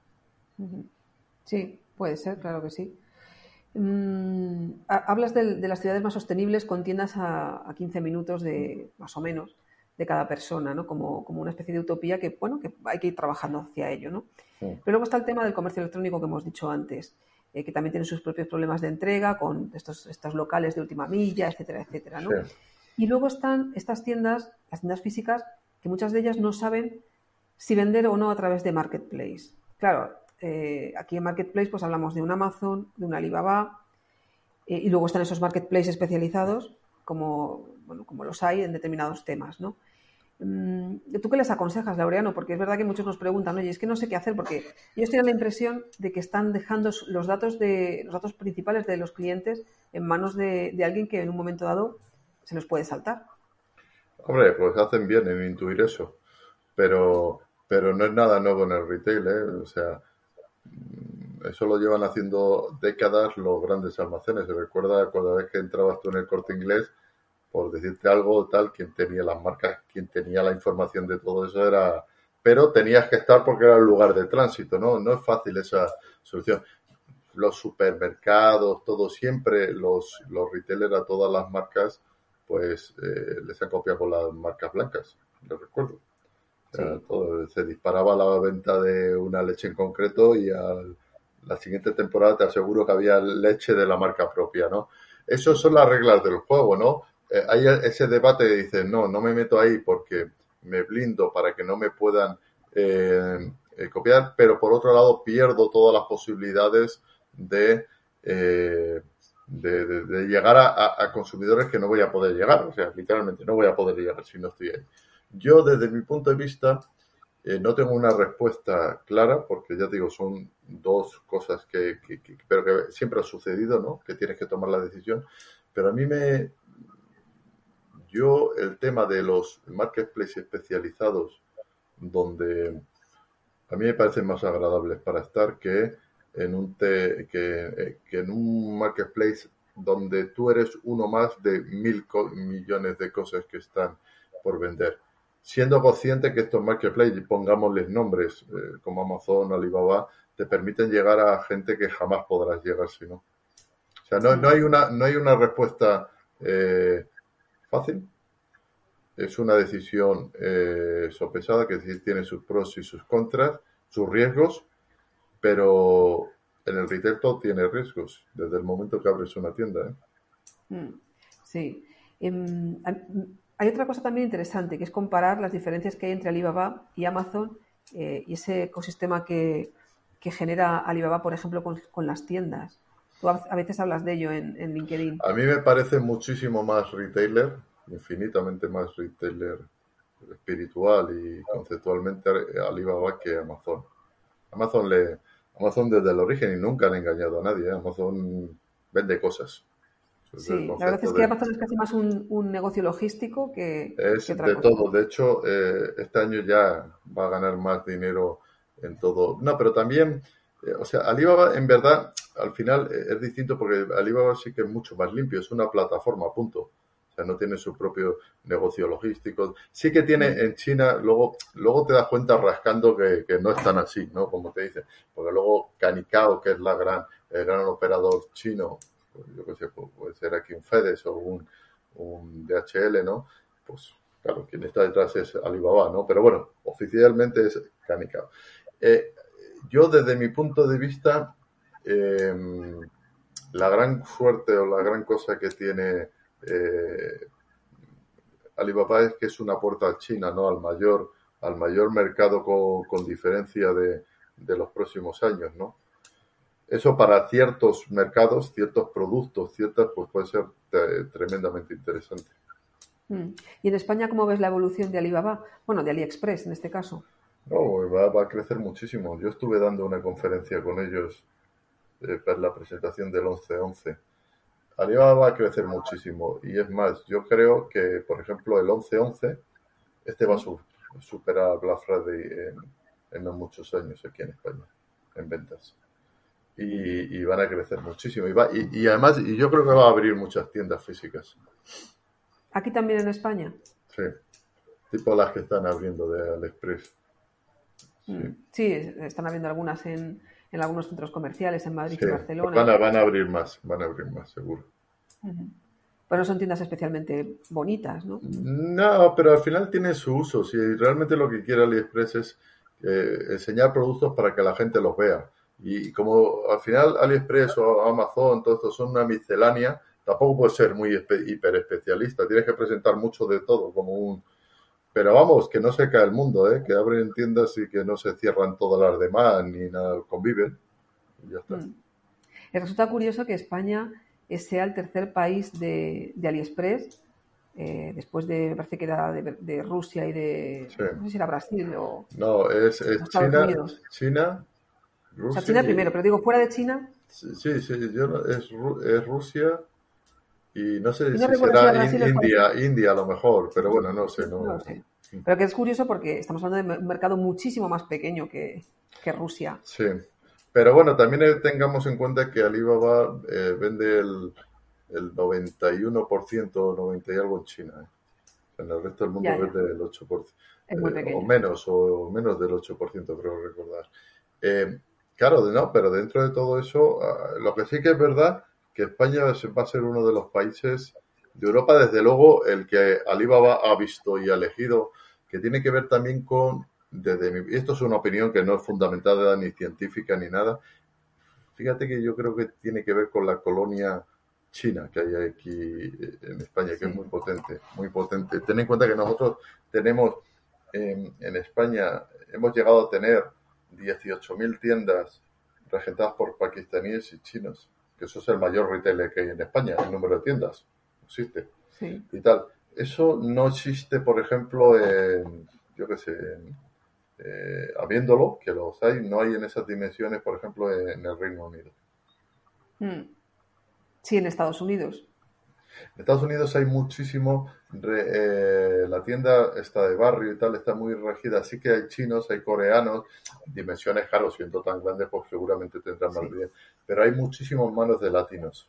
Sí, puede ser, claro que sí. Mm, hablas de, de las ciudades más sostenibles con tiendas a, a quince minutos de, más o menos, de cada persona, ¿no? Como, como una especie de utopía que, bueno, que hay que ir trabajando hacia ello, ¿no? Sí. Pero luego está el tema del comercio electrónico que hemos dicho antes, eh, que también tiene sus propios problemas de entrega con estos, estos locales de última milla, etcétera, etcétera, ¿no? Sí. Y luego están estas tiendas, las tiendas físicas, que muchas de ellas no saben si vender o no a través de Marketplace. Claro, eh, aquí en Marketplace pues hablamos de un Amazon, de un Alibaba, eh, y luego están esos Marketplace especializados como, bueno, como los hay en determinados temas, ¿no? ¿Tú qué les aconsejas, Laureano? Porque es verdad que muchos nos preguntan, oye, es que no sé qué hacer, porque ellos tienen la impresión de que están dejando los datos de los datos principales de los clientes en manos de, de alguien que en un momento dado se los puede saltar. Hombre, pues hacen bien en intuir eso, pero, pero no es nada nuevo en el retail, ¿eh? O sea, eso lo llevan haciendo décadas los grandes almacenes. Se recuerda cada vez que entrabas tú en el Corte Inglés, por decirte algo tal, quien tenía las marcas, quien tenía la información de todo eso era... Pero tenías que estar porque era el lugar de tránsito, ¿no? No es fácil esa solución. Los supermercados, todo siempre, los, los retailers a todas las marcas, pues eh, les han copiado con las marcas blancas, lo recuerdo. O sea, sí. Todo, se disparaba la venta de una leche en concreto y a la siguiente temporada te aseguro que había leche de la marca propia, ¿no? Esas son las reglas del juego, ¿no? Eh, hay ese debate que dice, no, no me meto ahí porque me blindo para que no me puedan eh, eh, copiar, pero por otro lado pierdo todas las posibilidades de, eh, de, de, de llegar a, a, a consumidores que no voy a poder llegar, o sea, literalmente no voy a poder llegar si no estoy ahí. Yo, desde mi punto de vista, eh, no tengo una respuesta clara, porque ya te digo, son dos cosas que, que, que, pero que siempre ha sucedido, ¿no? Que tienes que tomar la decisión, pero a mí me... Yo, el tema de los marketplaces especializados, donde a mí me parecen más agradables para estar que en un te, que, que en un marketplace donde tú eres uno más de mil co- millones de cosas que están por vender. Siendo consciente que estos marketplaces, pongámosles nombres, eh, como Amazon, Alibaba, te permiten llegar a gente que jamás podrás llegar si no. O sea, no, no hay una, no hay una respuesta eh, fácil. Es una decisión eh, sopesada, que tiene sus pros y sus contras, sus riesgos, pero en el retail todo tiene riesgos, desde el momento que abres una tienda, ¿eh? Sí. Um, hay otra cosa también interesante, que es comparar las diferencias que hay entre Alibaba y Amazon eh, y ese ecosistema que, que genera Alibaba, por ejemplo, con, con las tiendas. Tú a veces hablas de ello en, en LinkedIn. A mí me parece muchísimo más retailer, infinitamente más retailer espiritual y conceptualmente Alibaba que Amazon. Amazon le Amazon desde el origen y nunca han engañado a nadie, ¿eh? Amazon vende cosas. Sí, la verdad es que de... Amazon es casi más un, un negocio logístico que, es que otra de cosa. todo. De hecho, eh, este año ya va a ganar más dinero en todo. No, pero también, eh, o sea, Alibaba en verdad al final eh, es distinto porque Alibaba sí que es mucho más limpio, es una plataforma, punto. O sea, no tiene su propio negocio logístico. Sí que tiene en China, luego luego te das cuenta rascando que, que no es tan así, ¿no? Como te dicen. Porque luego Canicao, que es la gran, el gran operador chino, pues yo qué sé, puede ser aquí un FedEx o un, un D H L, ¿no? Pues claro, quien está detrás es Alibaba, ¿no? Pero bueno, oficialmente es Canicao. Eh, yo desde mi punto de vista, eh, la gran suerte o la gran cosa que tiene eh, Alibaba es que es una puerta a China, ¿no? Al mayor, al mayor mercado con, con diferencia de, de los próximos años, ¿no? Eso para ciertos mercados, ciertos productos, ciertas, pues puede ser te, tremendamente interesante. ¿Y en España cómo ves la evolución de Alibaba? Bueno, de AliExpress en este caso. No, va, va a crecer muchísimo. Yo estuve dando una conferencia con ellos eh, para la presentación del once once. Alibaba va a crecer muchísimo y es más, yo creo que, por ejemplo, el once once, este va a superar Black Friday en, en no muchos años aquí en España, en ventas. Y, y van a crecer muchísimo. Y, va, y, y además, y yo creo que va a abrir muchas tiendas físicas. ¿Aquí también en España? Sí, tipo las que están abriendo de AliExpress. Sí, sí están abriendo algunas en, en algunos centros comerciales, en Madrid sí, y Barcelona. Van a, van a abrir más, van a abrir más, seguro. Uh-huh. Pero no son tiendas especialmente bonitas, ¿no? No, pero al final tienen su uso. Si realmente lo que quiere AliExpress es eh, enseñar productos para que la gente los vea. Y como al final AliExpress o Amazon, todo esto son una miscelánea, tampoco puedes ser muy espe- hiper especialista. Tienes que presentar mucho de todo, como un... Pero vamos, que no se cae el mundo, ¿eh? Que abren tiendas y que no se cierran todas las demás, ni nada, conviven. Y ya está. Mm. Resulta curioso que España sea el tercer país de, de AliExpress, eh, después de, me parece que era de, de Rusia y de, Sí. no sé si era Brasil o, No, es, o es Estados China, Unidos. China, O sea, Rusia China primero, y... pero digo, fuera de China, Sí, sí, sí, yo no- es, Ru- es Rusia y no sé y no si recuerdo si era será In- Brasil o Estados India, Unidos. India a lo mejor, pero bueno, no sé, No lo no. sé. Pero que es curioso porque estamos hablando de un mercado muchísimo más pequeño que, que Rusia. Sí, pero bueno, también eh, tengamos en cuenta que Alibaba eh, vende el, el noventa y uno por ciento, noventa y algo en China. ¿eh? En el resto del mundo Ya, ya. vende el ocho por ciento, Es muy eh, o pequeño. menos, o menos del ocho por ciento, creo recordar. Eh, claro, no, pero dentro de todo eso, ah, lo que sí que es verdad, que España va a ser va a ser uno de los países de Europa, desde luego, el que Alibaba ha visto y ha elegido, que tiene que ver también con, desde mi, y esto es una opinión que no es fundamentada ni científica ni nada, fíjate que yo creo que tiene que ver con la colonia china que hay aquí eh, en España, que es Sí. muy potente, muy potente. Ten en cuenta que nosotros tenemos en, en España, hemos llegado a tener dieciocho mil tiendas regentadas por pakistaníes y chinos, que eso es el mayor retailer que hay en España, el número de tiendas, existe Sí. y tal. Eso no existe, por ejemplo, en, yo qué sé, en, eh, habiéndolo, que los hay, no hay en esas dimensiones, por ejemplo, en, en el Reino Unido. Mm. Sí, en Estados Unidos. En Estados Unidos hay muchísimo, re- eh, la tienda está de barrio y tal, está muy regida, así que hay chinos, hay coreanos, dimensiones, claro, siendo tan grandes, pues seguramente tendrán más Sí. bien, pero hay muchísimos manos de latinos.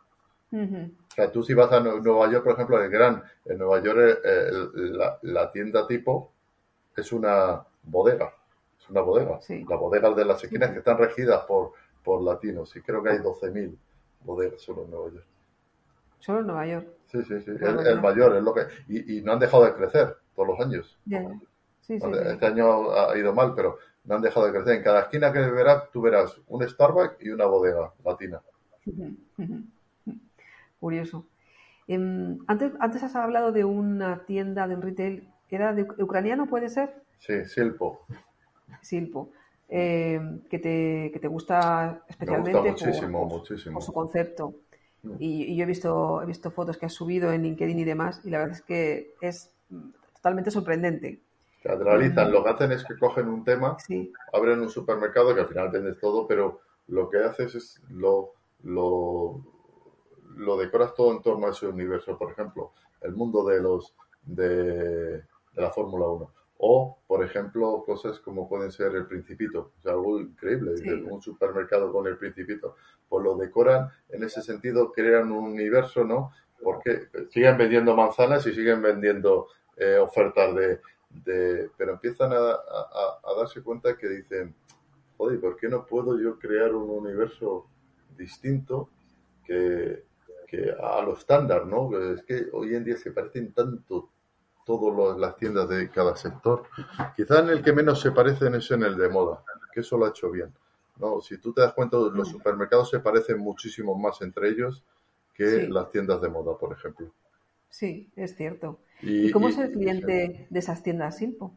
Ujú. O sea, tú si vas a Nue- Nueva York, por ejemplo, el Gran, en Nueva York eh, el- la, la tienda tipo es una bodega, es una bodega. Sí. Las bodegas de las Sí, esquinas que sí. están regidas por, por latinos, y creo que hay doce mil bodegas solo en Nueva York. Solo en Nueva York. Sí, sí, sí, Qué el, el barbaridad. mayor es lo que... Y, y no han dejado de crecer todos los años. Ya, ya. Sí, No han sí, de- sí. Este año ha ido mal, pero no han dejado de crecer. En cada esquina que verás, tú verás un Starbucks y una bodega latina. Ujú, ujú. Curioso. Em, antes, antes has hablado de una tienda de un retail. ¿Era de uc- ucraniano, puede ser? Sí, Silpo. Silpo. Em, que te, que te gusta Me gusta especialmente por, muchísimo, por, su por muchísimo. su concepto. Mm. Y, y yo he visto, he visto fotos que has subido en LinkedIn y demás, y la verdad es que es mm, totalmente sorprendente. Teatralizan. Em, Lo que hacen es que cogen un tema, sí, abren un supermercado que al final vendes todo, pero lo que haces es lo, lo, lo decoras todo en torno a ese universo. Por ejemplo, el mundo de los de, de la Fórmula Uno. O, por ejemplo, cosas como pueden ser el Principito. O sea, algo increíble. Dices, sí, un supermercado con el Principito. Pues lo decoran en ese sentido, crean un universo, ¿no? Porque siguen vendiendo manzanas y siguen vendiendo eh, ofertas de, de... Pero empiezan a, a, a darse cuenta que dicen, joder, ¿por qué no puedo yo crear un universo distinto que, que a lo estándar, ¿no? Es que hoy en día se parecen tanto todas las tiendas de cada sector. Quizá en el que menos se parecen es en el de moda, que eso lo ha hecho bien. No, si tú te das cuenta, los mm, supermercados se parecen muchísimo más entre ellos que sí, las tiendas de moda, por ejemplo. sí, es cierto. ¿Y Y, cómo es y el sí. cliente de esas tiendas Silpo?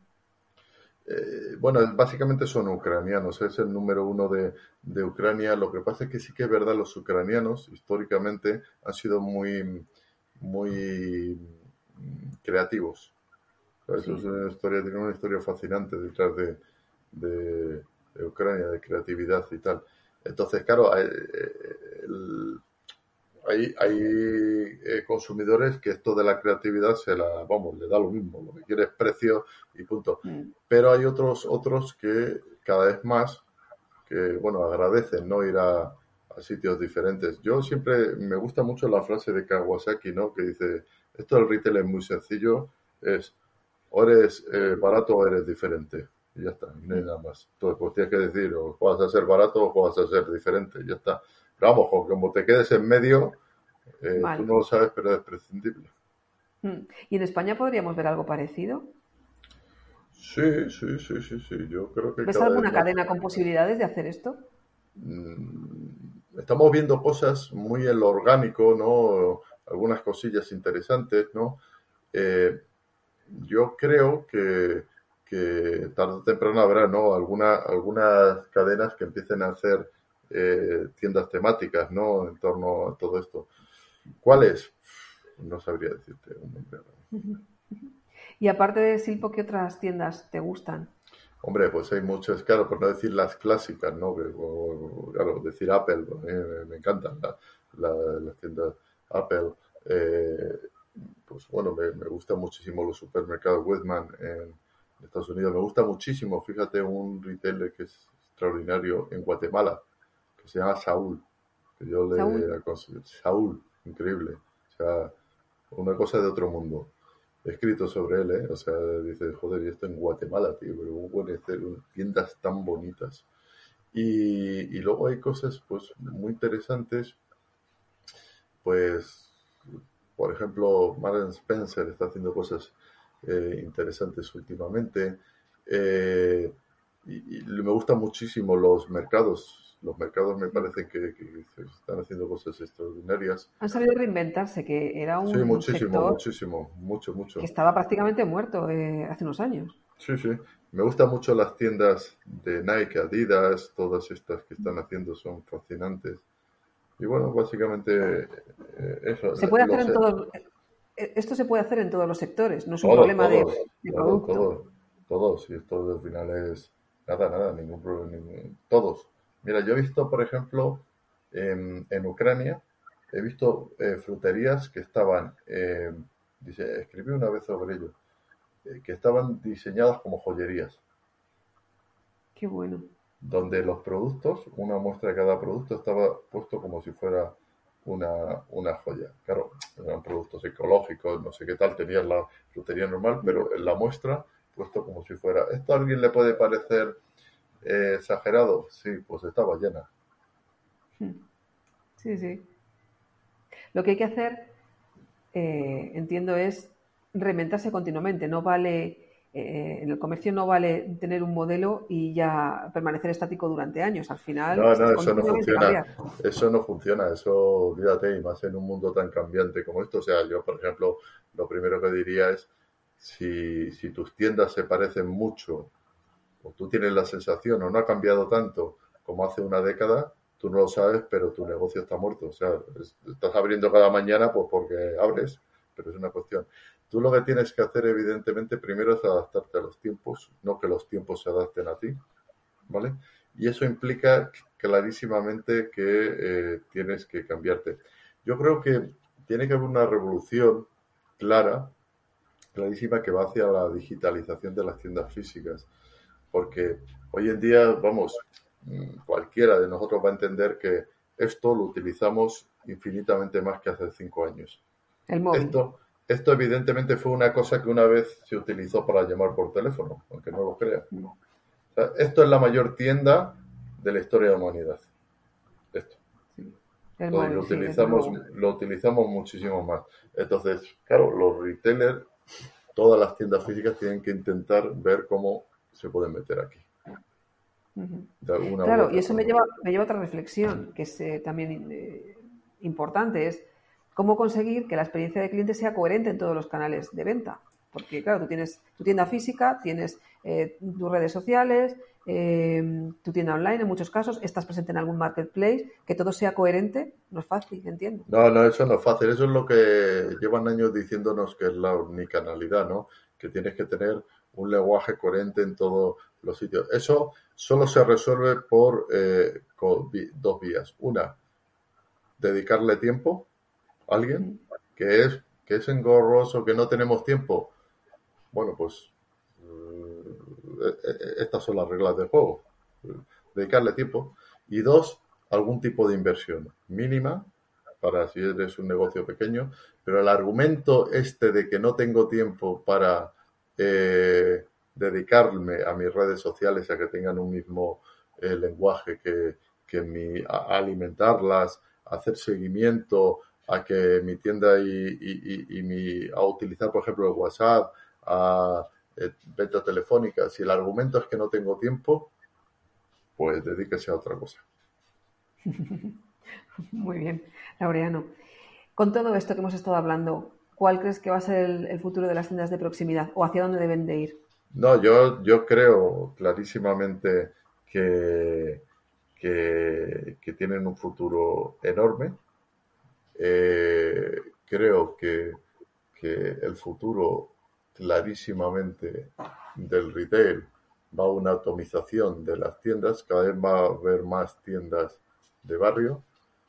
Eh, bueno, básicamente son ucranianos, es el número uno de, de Ucrania. Lo que pasa es que sí que es verdad, los ucranianos históricamente han sido muy, muy mm, creativos. O sea, eso es Sí, una historia, tiene una historia fascinante detrás de, de, de Ucrania, de creatividad y tal. Entonces, claro, hay, eh, el- hay, hay eh, consumidores que esto de la creatividad se la, vamos, le da lo mismo, lo que quiere es precio y punto. mm, Pero hay otros, otros que cada vez más, que bueno, agradecen, ¿no? Ir a, a sitios diferentes. Yo siempre me gusta mucho la frase de Kawasaki, ¿no? Que dice, esto del retail es muy sencillo, es o eres eh, barato o eres diferente. Y ya está, no hay mm. nada más. Entonces, pues tienes que decir, o vas a ser barato o vas a ser diferente, y ya está. Pero vamos, como como te quedes en medio, eh, tú Mal. no lo sabes, pero es prescindible. Mm. ¿Y en España podríamos ver algo parecido? Sí, sí, sí, sí, sí. Yo creo que ¿Ves cada vez alguna más. cadena con posibilidades de hacer esto? mm, Estamos viendo cosas muy en lo orgánico, ¿no? Algunas cosillas interesantes, ¿no? Eh, yo creo que, que tarde o temprano habrá, ¿no? Alguna, algunas cadenas que empiecen a hacer eh, tiendas temáticas, ¿no? En torno a todo esto. ¿Cuáles? No sabría decirte un nombre. Y aparte de Silpo, ¿qué otras tiendas te gustan? Hombre, pues hay muchas, claro, por no decir las clásicas, ¿no? Que, o, claro, decir Apple, pues, me, me encantan la, la, las tiendas Apple. Eh, pues bueno, me, me gustan muchísimo los supermercados Wegmans en Estados Unidos. Me gusta muchísimo, fíjate, un retailer que es extraordinario en Guatemala, que se llama Saúl, que yo Saúl. le aconsejo. Saúl, increíble. O sea, una cosa de otro mundo. He escrito sobre él, ¿eh? O sea, dice, joder, y esto en Guatemala, tío, pero ¿cómo pueden hacer tiendas tan bonitas? Y, y luego hay cosas, pues, muy interesantes, pues, por ejemplo, Marks and Spencer está haciendo cosas eh, interesantes últimamente. Eh, y, y me gustan muchísimo los mercados. Los mercados me parecen que, que están haciendo cosas extraordinarias. Han sabido reinventarse, que era Sí, un muchísimo, sector muchísimo, mucho, que mucho. estaba prácticamente muerto eh, hace unos años. Sí, sí. Me gustan mucho las tiendas de Nike, Adidas, todas estas que están haciendo son fascinantes. Y bueno, básicamente eh, eso. Se puede hacer Los, en todos, eh, esto se puede hacer en todos los sectores, no es un todos, problema de, todos, de todos, producto. todos, todos. Y esto al final es nada, nada, ningún problema. Ningún, todos. Mira, yo he visto, por ejemplo, en, en Ucrania, he visto eh, fruterías que estaban, eh, dice, escribí una vez sobre ello, eh, que estaban diseñadas como joyerías, Qué bueno. donde los productos, una muestra de cada producto estaba puesto como si fuera una, una joya. Claro, eran productos ecológicos, no sé qué tal, tenían la frutería normal, pero en la muestra puesto como si fuera. ¿Esto a alguien le puede parecer eh, exagerado? Sí, pues estaba llena. Sí, sí. Lo que hay que hacer, eh, entiendo, es reinventarse continuamente. No vale, eh, en el comercio no vale tener un modelo y ya permanecer estático durante años. Al final No, es no, eso no continuamente funciona. cambiar. Eso no funciona, eso olvídate, y más en un mundo tan cambiante como esto. O sea, yo, por ejemplo, lo primero que diría es, si, si tus tiendas se parecen mucho, o tú tienes la sensación, o no ha cambiado tanto como hace una década, tú no lo sabes, pero tu negocio está muerto. O sea, es- estás abriendo cada mañana pues porque abres, pero es una cuestión. Tú lo que tienes que hacer, evidentemente, primero es adaptarte a los tiempos, no que los tiempos se adapten a ti, ¿vale? Y eso implica clarísimamente que eh, tienes que cambiarte. Yo creo que tiene que haber una revolución clara, clarísima, que va hacia la digitalización de las tiendas físicas, porque hoy en día, vamos, mm, cualquiera de nosotros va a entender que esto lo utilizamos infinitamente más que hace cinco años. El móvil. Esto, esto evidentemente fue una cosa que una vez se utilizó para llamar por teléfono, aunque no lo creas. O sea, esto es la mayor tienda de la historia de la humanidad. Esto. Sí. El Lo, lo móvil, sí, desde utilizamos, luego. lo utilizamos muchísimo más. Entonces, claro, los retailers, todas las tiendas físicas tienen que intentar ver cómo se pueden meter aquí, Ujú. de alguna u Claro, y otra eso me forma. lleva, me lleva a otra reflexión, que es eh, también eh, importante, es cómo conseguir que la experiencia de cliente sea coherente en todos los canales de venta. Porque, claro, tú tienes tu tienda física, tienes eh, tus redes sociales, eh, tu tienda online en muchos casos, estás presente en algún marketplace, que todo sea coherente, no es fácil, entiendo. No, no, eso no es fácil. Eso es lo que llevan años diciéndonos que es la unicanalidad, ¿no? Que tienes que tener un lenguaje coherente en todos los sitios. Eso solo se resuelve por eh, con vi- dos vías. Una, dedicarle tiempo a alguien, que es que es engorroso, que no tenemos tiempo. Bueno, pues eh, eh, estas son las reglas del juego. Dedicarle tiempo. Y dos, algún tipo de inversión mínima para si eres un negocio pequeño, pero el argumento este de que no tengo tiempo para eh, dedicarme a mis redes sociales a que tengan un mismo eh, lenguaje que, que mi, a alimentarlas, a hacer seguimiento, a que mi tienda y, y, y, y mi, a utilizar, por ejemplo, el WhatsApp, a eh, venta telefónica. Si el argumento es que no tengo tiempo, pues dedíquese a otra cosa. Muy bien, Laureano. Con todo esto que hemos estado hablando, ¿cuál crees que va a ser el, el futuro de las tiendas de proximidad o hacia dónde deben de ir? No, yo, yo creo clarísimamente que, que, que tienen un futuro enorme. Eh, creo que, que el futuro clarísimamente del retail va a una atomización de las tiendas, cada vez va a haber más tiendas de barrio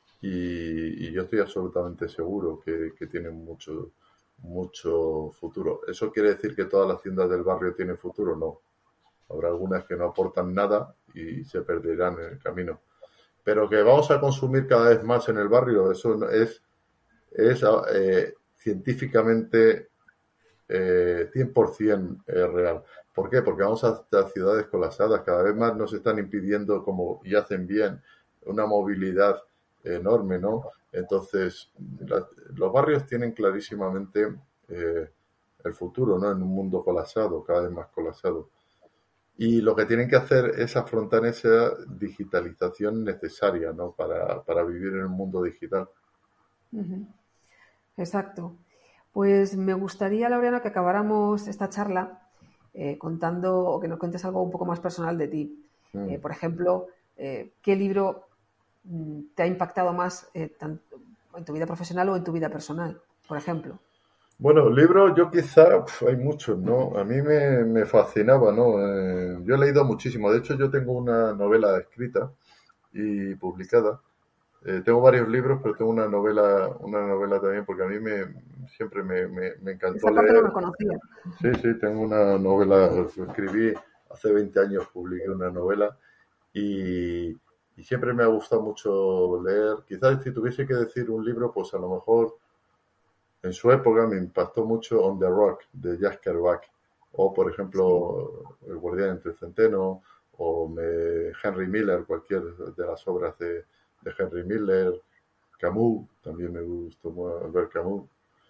y, y yo estoy absolutamente seguro que, que tienen mucho, mucho futuro. ¿Eso quiere decir que todas las tiendas del barrio tienen futuro? No. Habrá algunas que no aportan nada y se perderán en el camino. Pero que vamos a consumir cada vez más en el barrio, eso es, es eh, científicamente eh, cien por ciento eh, real. ¿Por qué? Porque vamos a ciudades colapsadas, cada vez más nos están impidiendo, como y hacen bien, una movilidad enorme, ¿no? Entonces, la, los barrios tienen clarísimamente eh, el futuro, ¿no? En un mundo colapsado, cada vez más colapsado. Y lo que tienen que hacer es afrontar esa digitalización necesaria, ¿no? Para, para vivir en un mundo digital. Uh-huh. Exacto. Pues me gustaría, Laureano, que acabáramos esta charla eh, contando o que nos cuentes algo un poco más personal de ti. Mm. Eh, por ejemplo, eh, ¿qué libro mm, te ha impactado más eh, tanto en tu vida profesional o en tu vida personal, por ejemplo? Bueno, libros yo quizá, pf, hay muchos, ¿no? A mí me, me fascinaba, ¿no? Eh, yo he leído muchísimo. De hecho, yo tengo una novela escrita y publicada. Eh, tengo varios libros, pero tengo una novela, una novela también, porque a mí me siempre me, me, me encantó Esa parte leer. no la conocía. Sí, sí, tengo una novela, escribí hace veinte años, publiqué una novela y, y siempre me ha gustado mucho leer. Quizás si tuviese que decir un libro, pues a lo mejor en su época me impactó mucho On the Rock de Jack Kerouac, o por ejemplo sí. El Guardián entre el Centeno, o me, Henry Miller, cualquier de las obras de de Henry Miller, Camus, también me gustó Albert Camus,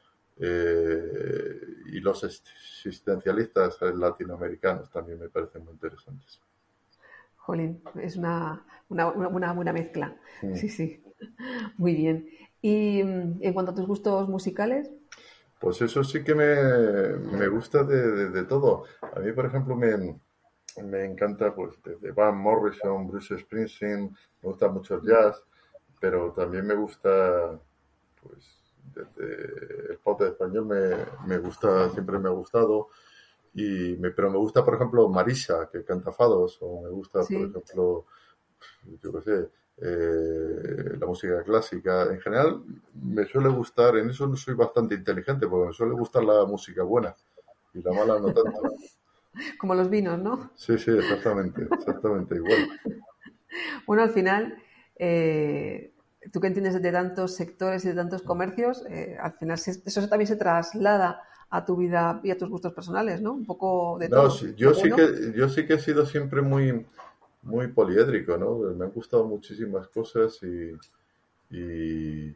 eh, y los existencialistas latinoamericanos también me parecen muy interesantes. Jolín, es una, una, una buena mezcla. Mm. Sí, sí. Muy bien. ¿Y en cuanto a tus gustos musicales? Pues eso sí que me, me gusta de, de, de todo. A mí, por ejemplo, me... Me encanta, pues, desde Van Morrison, Bruce Springsteen, me gusta mucho el jazz, pero también me gusta, pues, desde el pop español me, me gusta, siempre me ha gustado, y me, pero me gusta, por ejemplo, Marisa, que canta fados, o me gusta, sí. por ejemplo, yo qué sé, eh, la música clásica. En general, me suele gustar, en eso no soy bastante inteligente, porque me suele gustar la música buena, y la mala no tanto. Como los vinos, ¿no? Sí, sí, exactamente, exactamente igual. Bueno, al final, eh, tú que entiendes de tantos sectores y de tantos comercios, eh, al final eso también se traslada a tu vida y a tus gustos personales, ¿no? Un poco de no, todo. Sí, yo, sí que, yo sí que he sido siempre muy, muy poliédrico, ¿no? Me han gustado muchísimas cosas y, y,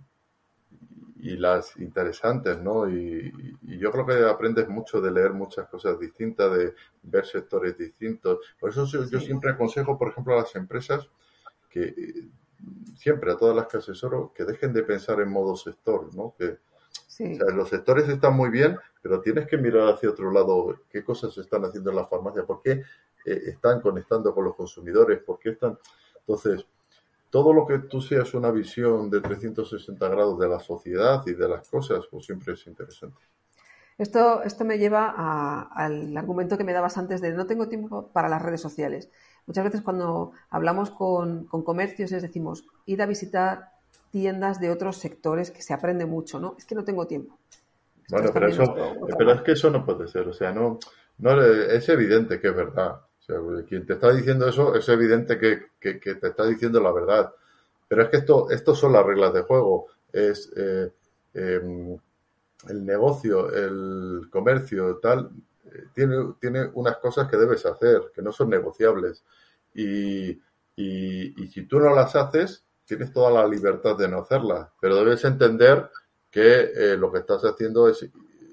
y las interesantes, ¿no? Y, y yo creo que aprendes mucho de leer muchas cosas distintas, de ver sectores distintos. Por eso yo, sí. yo siempre aconsejo, por ejemplo, a las empresas que siempre, a todas las que asesoro, que dejen de pensar en modo sector, ¿no? Que sí. o sea, los sectores están muy bien, pero tienes que mirar hacia otro lado qué cosas se están haciendo en la farmacia, por qué eh, están conectando con los consumidores, por qué están... Entonces, todo lo que tú seas una visión de trescientos sesenta grados de la sociedad y de las cosas, pues siempre es interesante. Esto, esto me lleva a, al argumento que me dabas antes de no tengo tiempo para las redes sociales. Muchas veces cuando hablamos con, con comercios les decimos, id a visitar tiendas de otros sectores que se aprende mucho, ¿no? Es que no tengo tiempo. Esto bueno, pero, eso, otro, pero es que eso no puede ser. O sea, no, no es evidente que es verdad. O sea, quien te está diciendo eso es evidente que, que, que te está diciendo la verdad. Pero es que esto, esto son las reglas de juego. Es eh, eh, el negocio, el comercio, tal, eh, tiene, tiene unas cosas que debes hacer, que no son negociables. Y, y, y si tú no las haces, tienes toda la libertad de no hacerlas. Pero debes entender que eh, lo que estás haciendo es eh,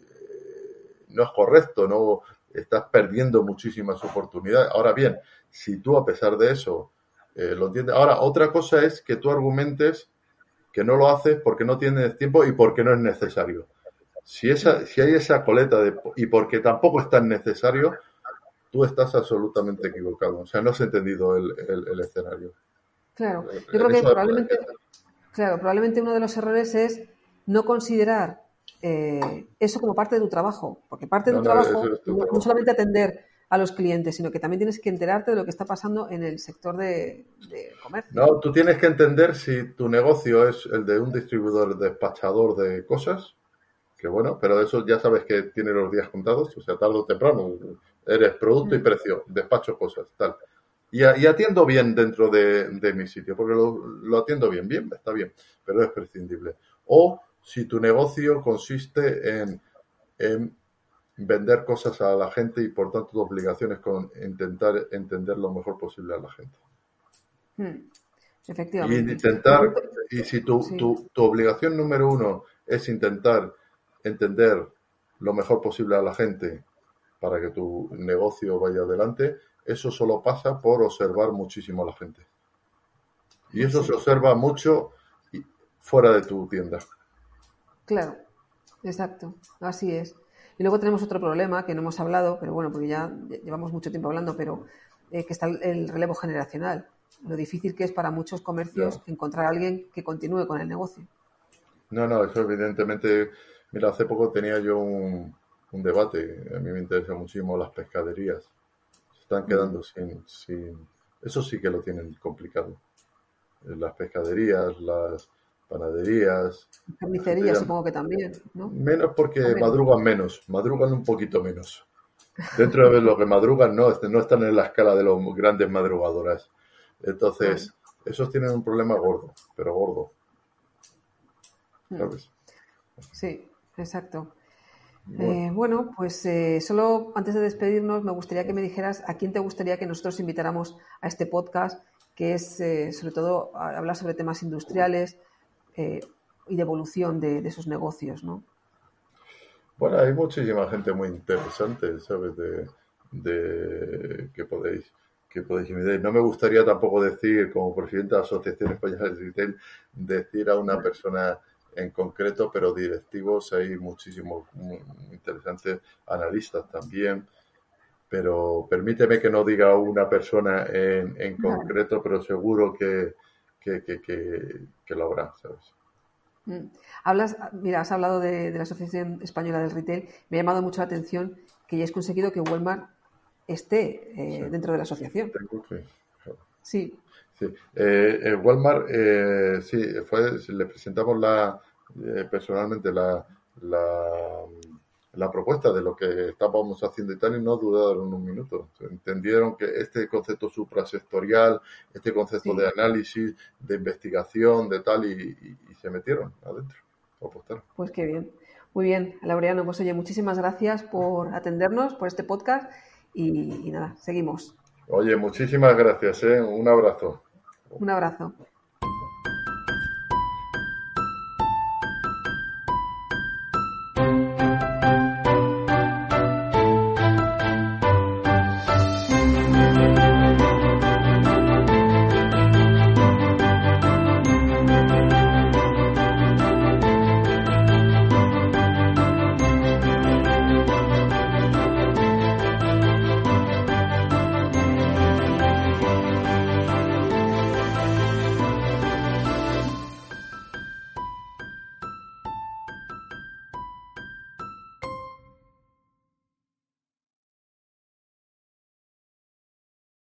no es correcto, no estás perdiendo muchísimas oportunidades. Ahora bien, si tú a pesar de eso eh, lo entiendes. Ahora, otra cosa es que tú argumentes que no lo haces porque no tienes tiempo y porque no es necesario. Si esa, si hay esa coleta de y porque tampoco es tan necesario, tú estás absolutamente equivocado. O sea, no has entendido el, el, el escenario. Claro, yo creo que probablemente, claro, probablemente uno de los errores es no considerar eh, eso como parte de tu trabajo, porque parte de No, tu no, trabajo eso es tu no, no trabajo. solamente atender a los clientes, sino que también tienes que enterarte de lo que está pasando en el sector de, de comercio. No, tú tienes que entender si tu negocio es el de un distribuidor despachador de cosas, que bueno, pero eso ya sabes que tiene los días contados, o sea, tarde o temprano, eres producto y Mm. precio, despacho cosas, tal. Y, a- y atiendo bien dentro de, de mi sitio, porque lo, lo atiendo bien, bien, está bien, pero es prescindible. O si tu negocio consiste en, en vender cosas a la gente y por tanto tu obligación es con intentar entender lo mejor posible a la gente. Mm. Y Efectivamente. Bueno, intentar, ahorita- y si tu, sí, tu, tu obligación número uno es intentar entender lo mejor posible a la gente para que tu negocio vaya adelante, eso solo pasa por observar muchísimo a la gente. Y eso se sí, observa mucho y- fuera de tu tienda. claro, exacto, así es. Y luego tenemos otro problema que no hemos hablado, pero bueno, porque ya llevamos mucho tiempo hablando, pero eh, que está el, el relevo generacional. Lo difícil que es para muchos Ya. comercios encontrar a alguien que continúe con el negocio. No, no, eso evidentemente, mira, hace poco tenía yo un, un debate, a mí me interesan muchísimo las pescaderías, se están Mm. quedando sin, sin, eso sí que lo tienen complicado. Eh, Las pescaderías, las panaderías, la gente Carnicería ya, supongo que también, ¿no? menos O porque menos. madrugan menos, madrugan un poquito menos. Dentro de lo que madrugan no, no están en la escala de los grandes madrugadoras. Ah, Entonces, esos tienen un problema gordo, pero gordo, mm. ¿sabes? Sí, exacto. Bueno. Eh, bueno, pues eh, solo antes de despedirnos me gustaría que me dijeras a quién te gustaría que nosotros invitáramos a este podcast, que es eh, sobre todo a- hablar sobre temas industriales eh, y de evolución de, de esos negocios, ¿no? Bueno, hay muchísima gente muy interesante, ¿sabes? De, de que podéis que podéis invitar. No me gustaría tampoco decir, como presidente de la Asociación Española de Retail, decir a una persona en concreto, pero directivos hay muchísimos muy interesantes, analistas también. Pero permíteme que no diga una persona en, en Vale. concreto, pero seguro que, que, que, que, que lo habrá, ¿sabes? Mm. Hablas, mira, has hablado de, de la Asociación Española del Retail. Me ha llamado mucho la atención que hayáis conseguido que Walmart esté Sí, eh, dentro de la asociación. tengo que... Sí, Sí, eh, eh, Walmart, eh, sí, fue, le presentamos la, eh, personalmente la, la, la propuesta de lo que estábamos haciendo y tal, y no dudaron un minuto. Entendieron que este concepto suprasectorial, este concepto de sí. análisis, de investigación, de tal, y, y- y se metieron adentro, apostaron. Pues qué bien. Muy bien, Laureano. Pues oye, muchísimas gracias por atendernos, por este podcast y, y nada, seguimos. Oye, muchísimas gracias, ¿eh? Un abrazo. Un abrazo.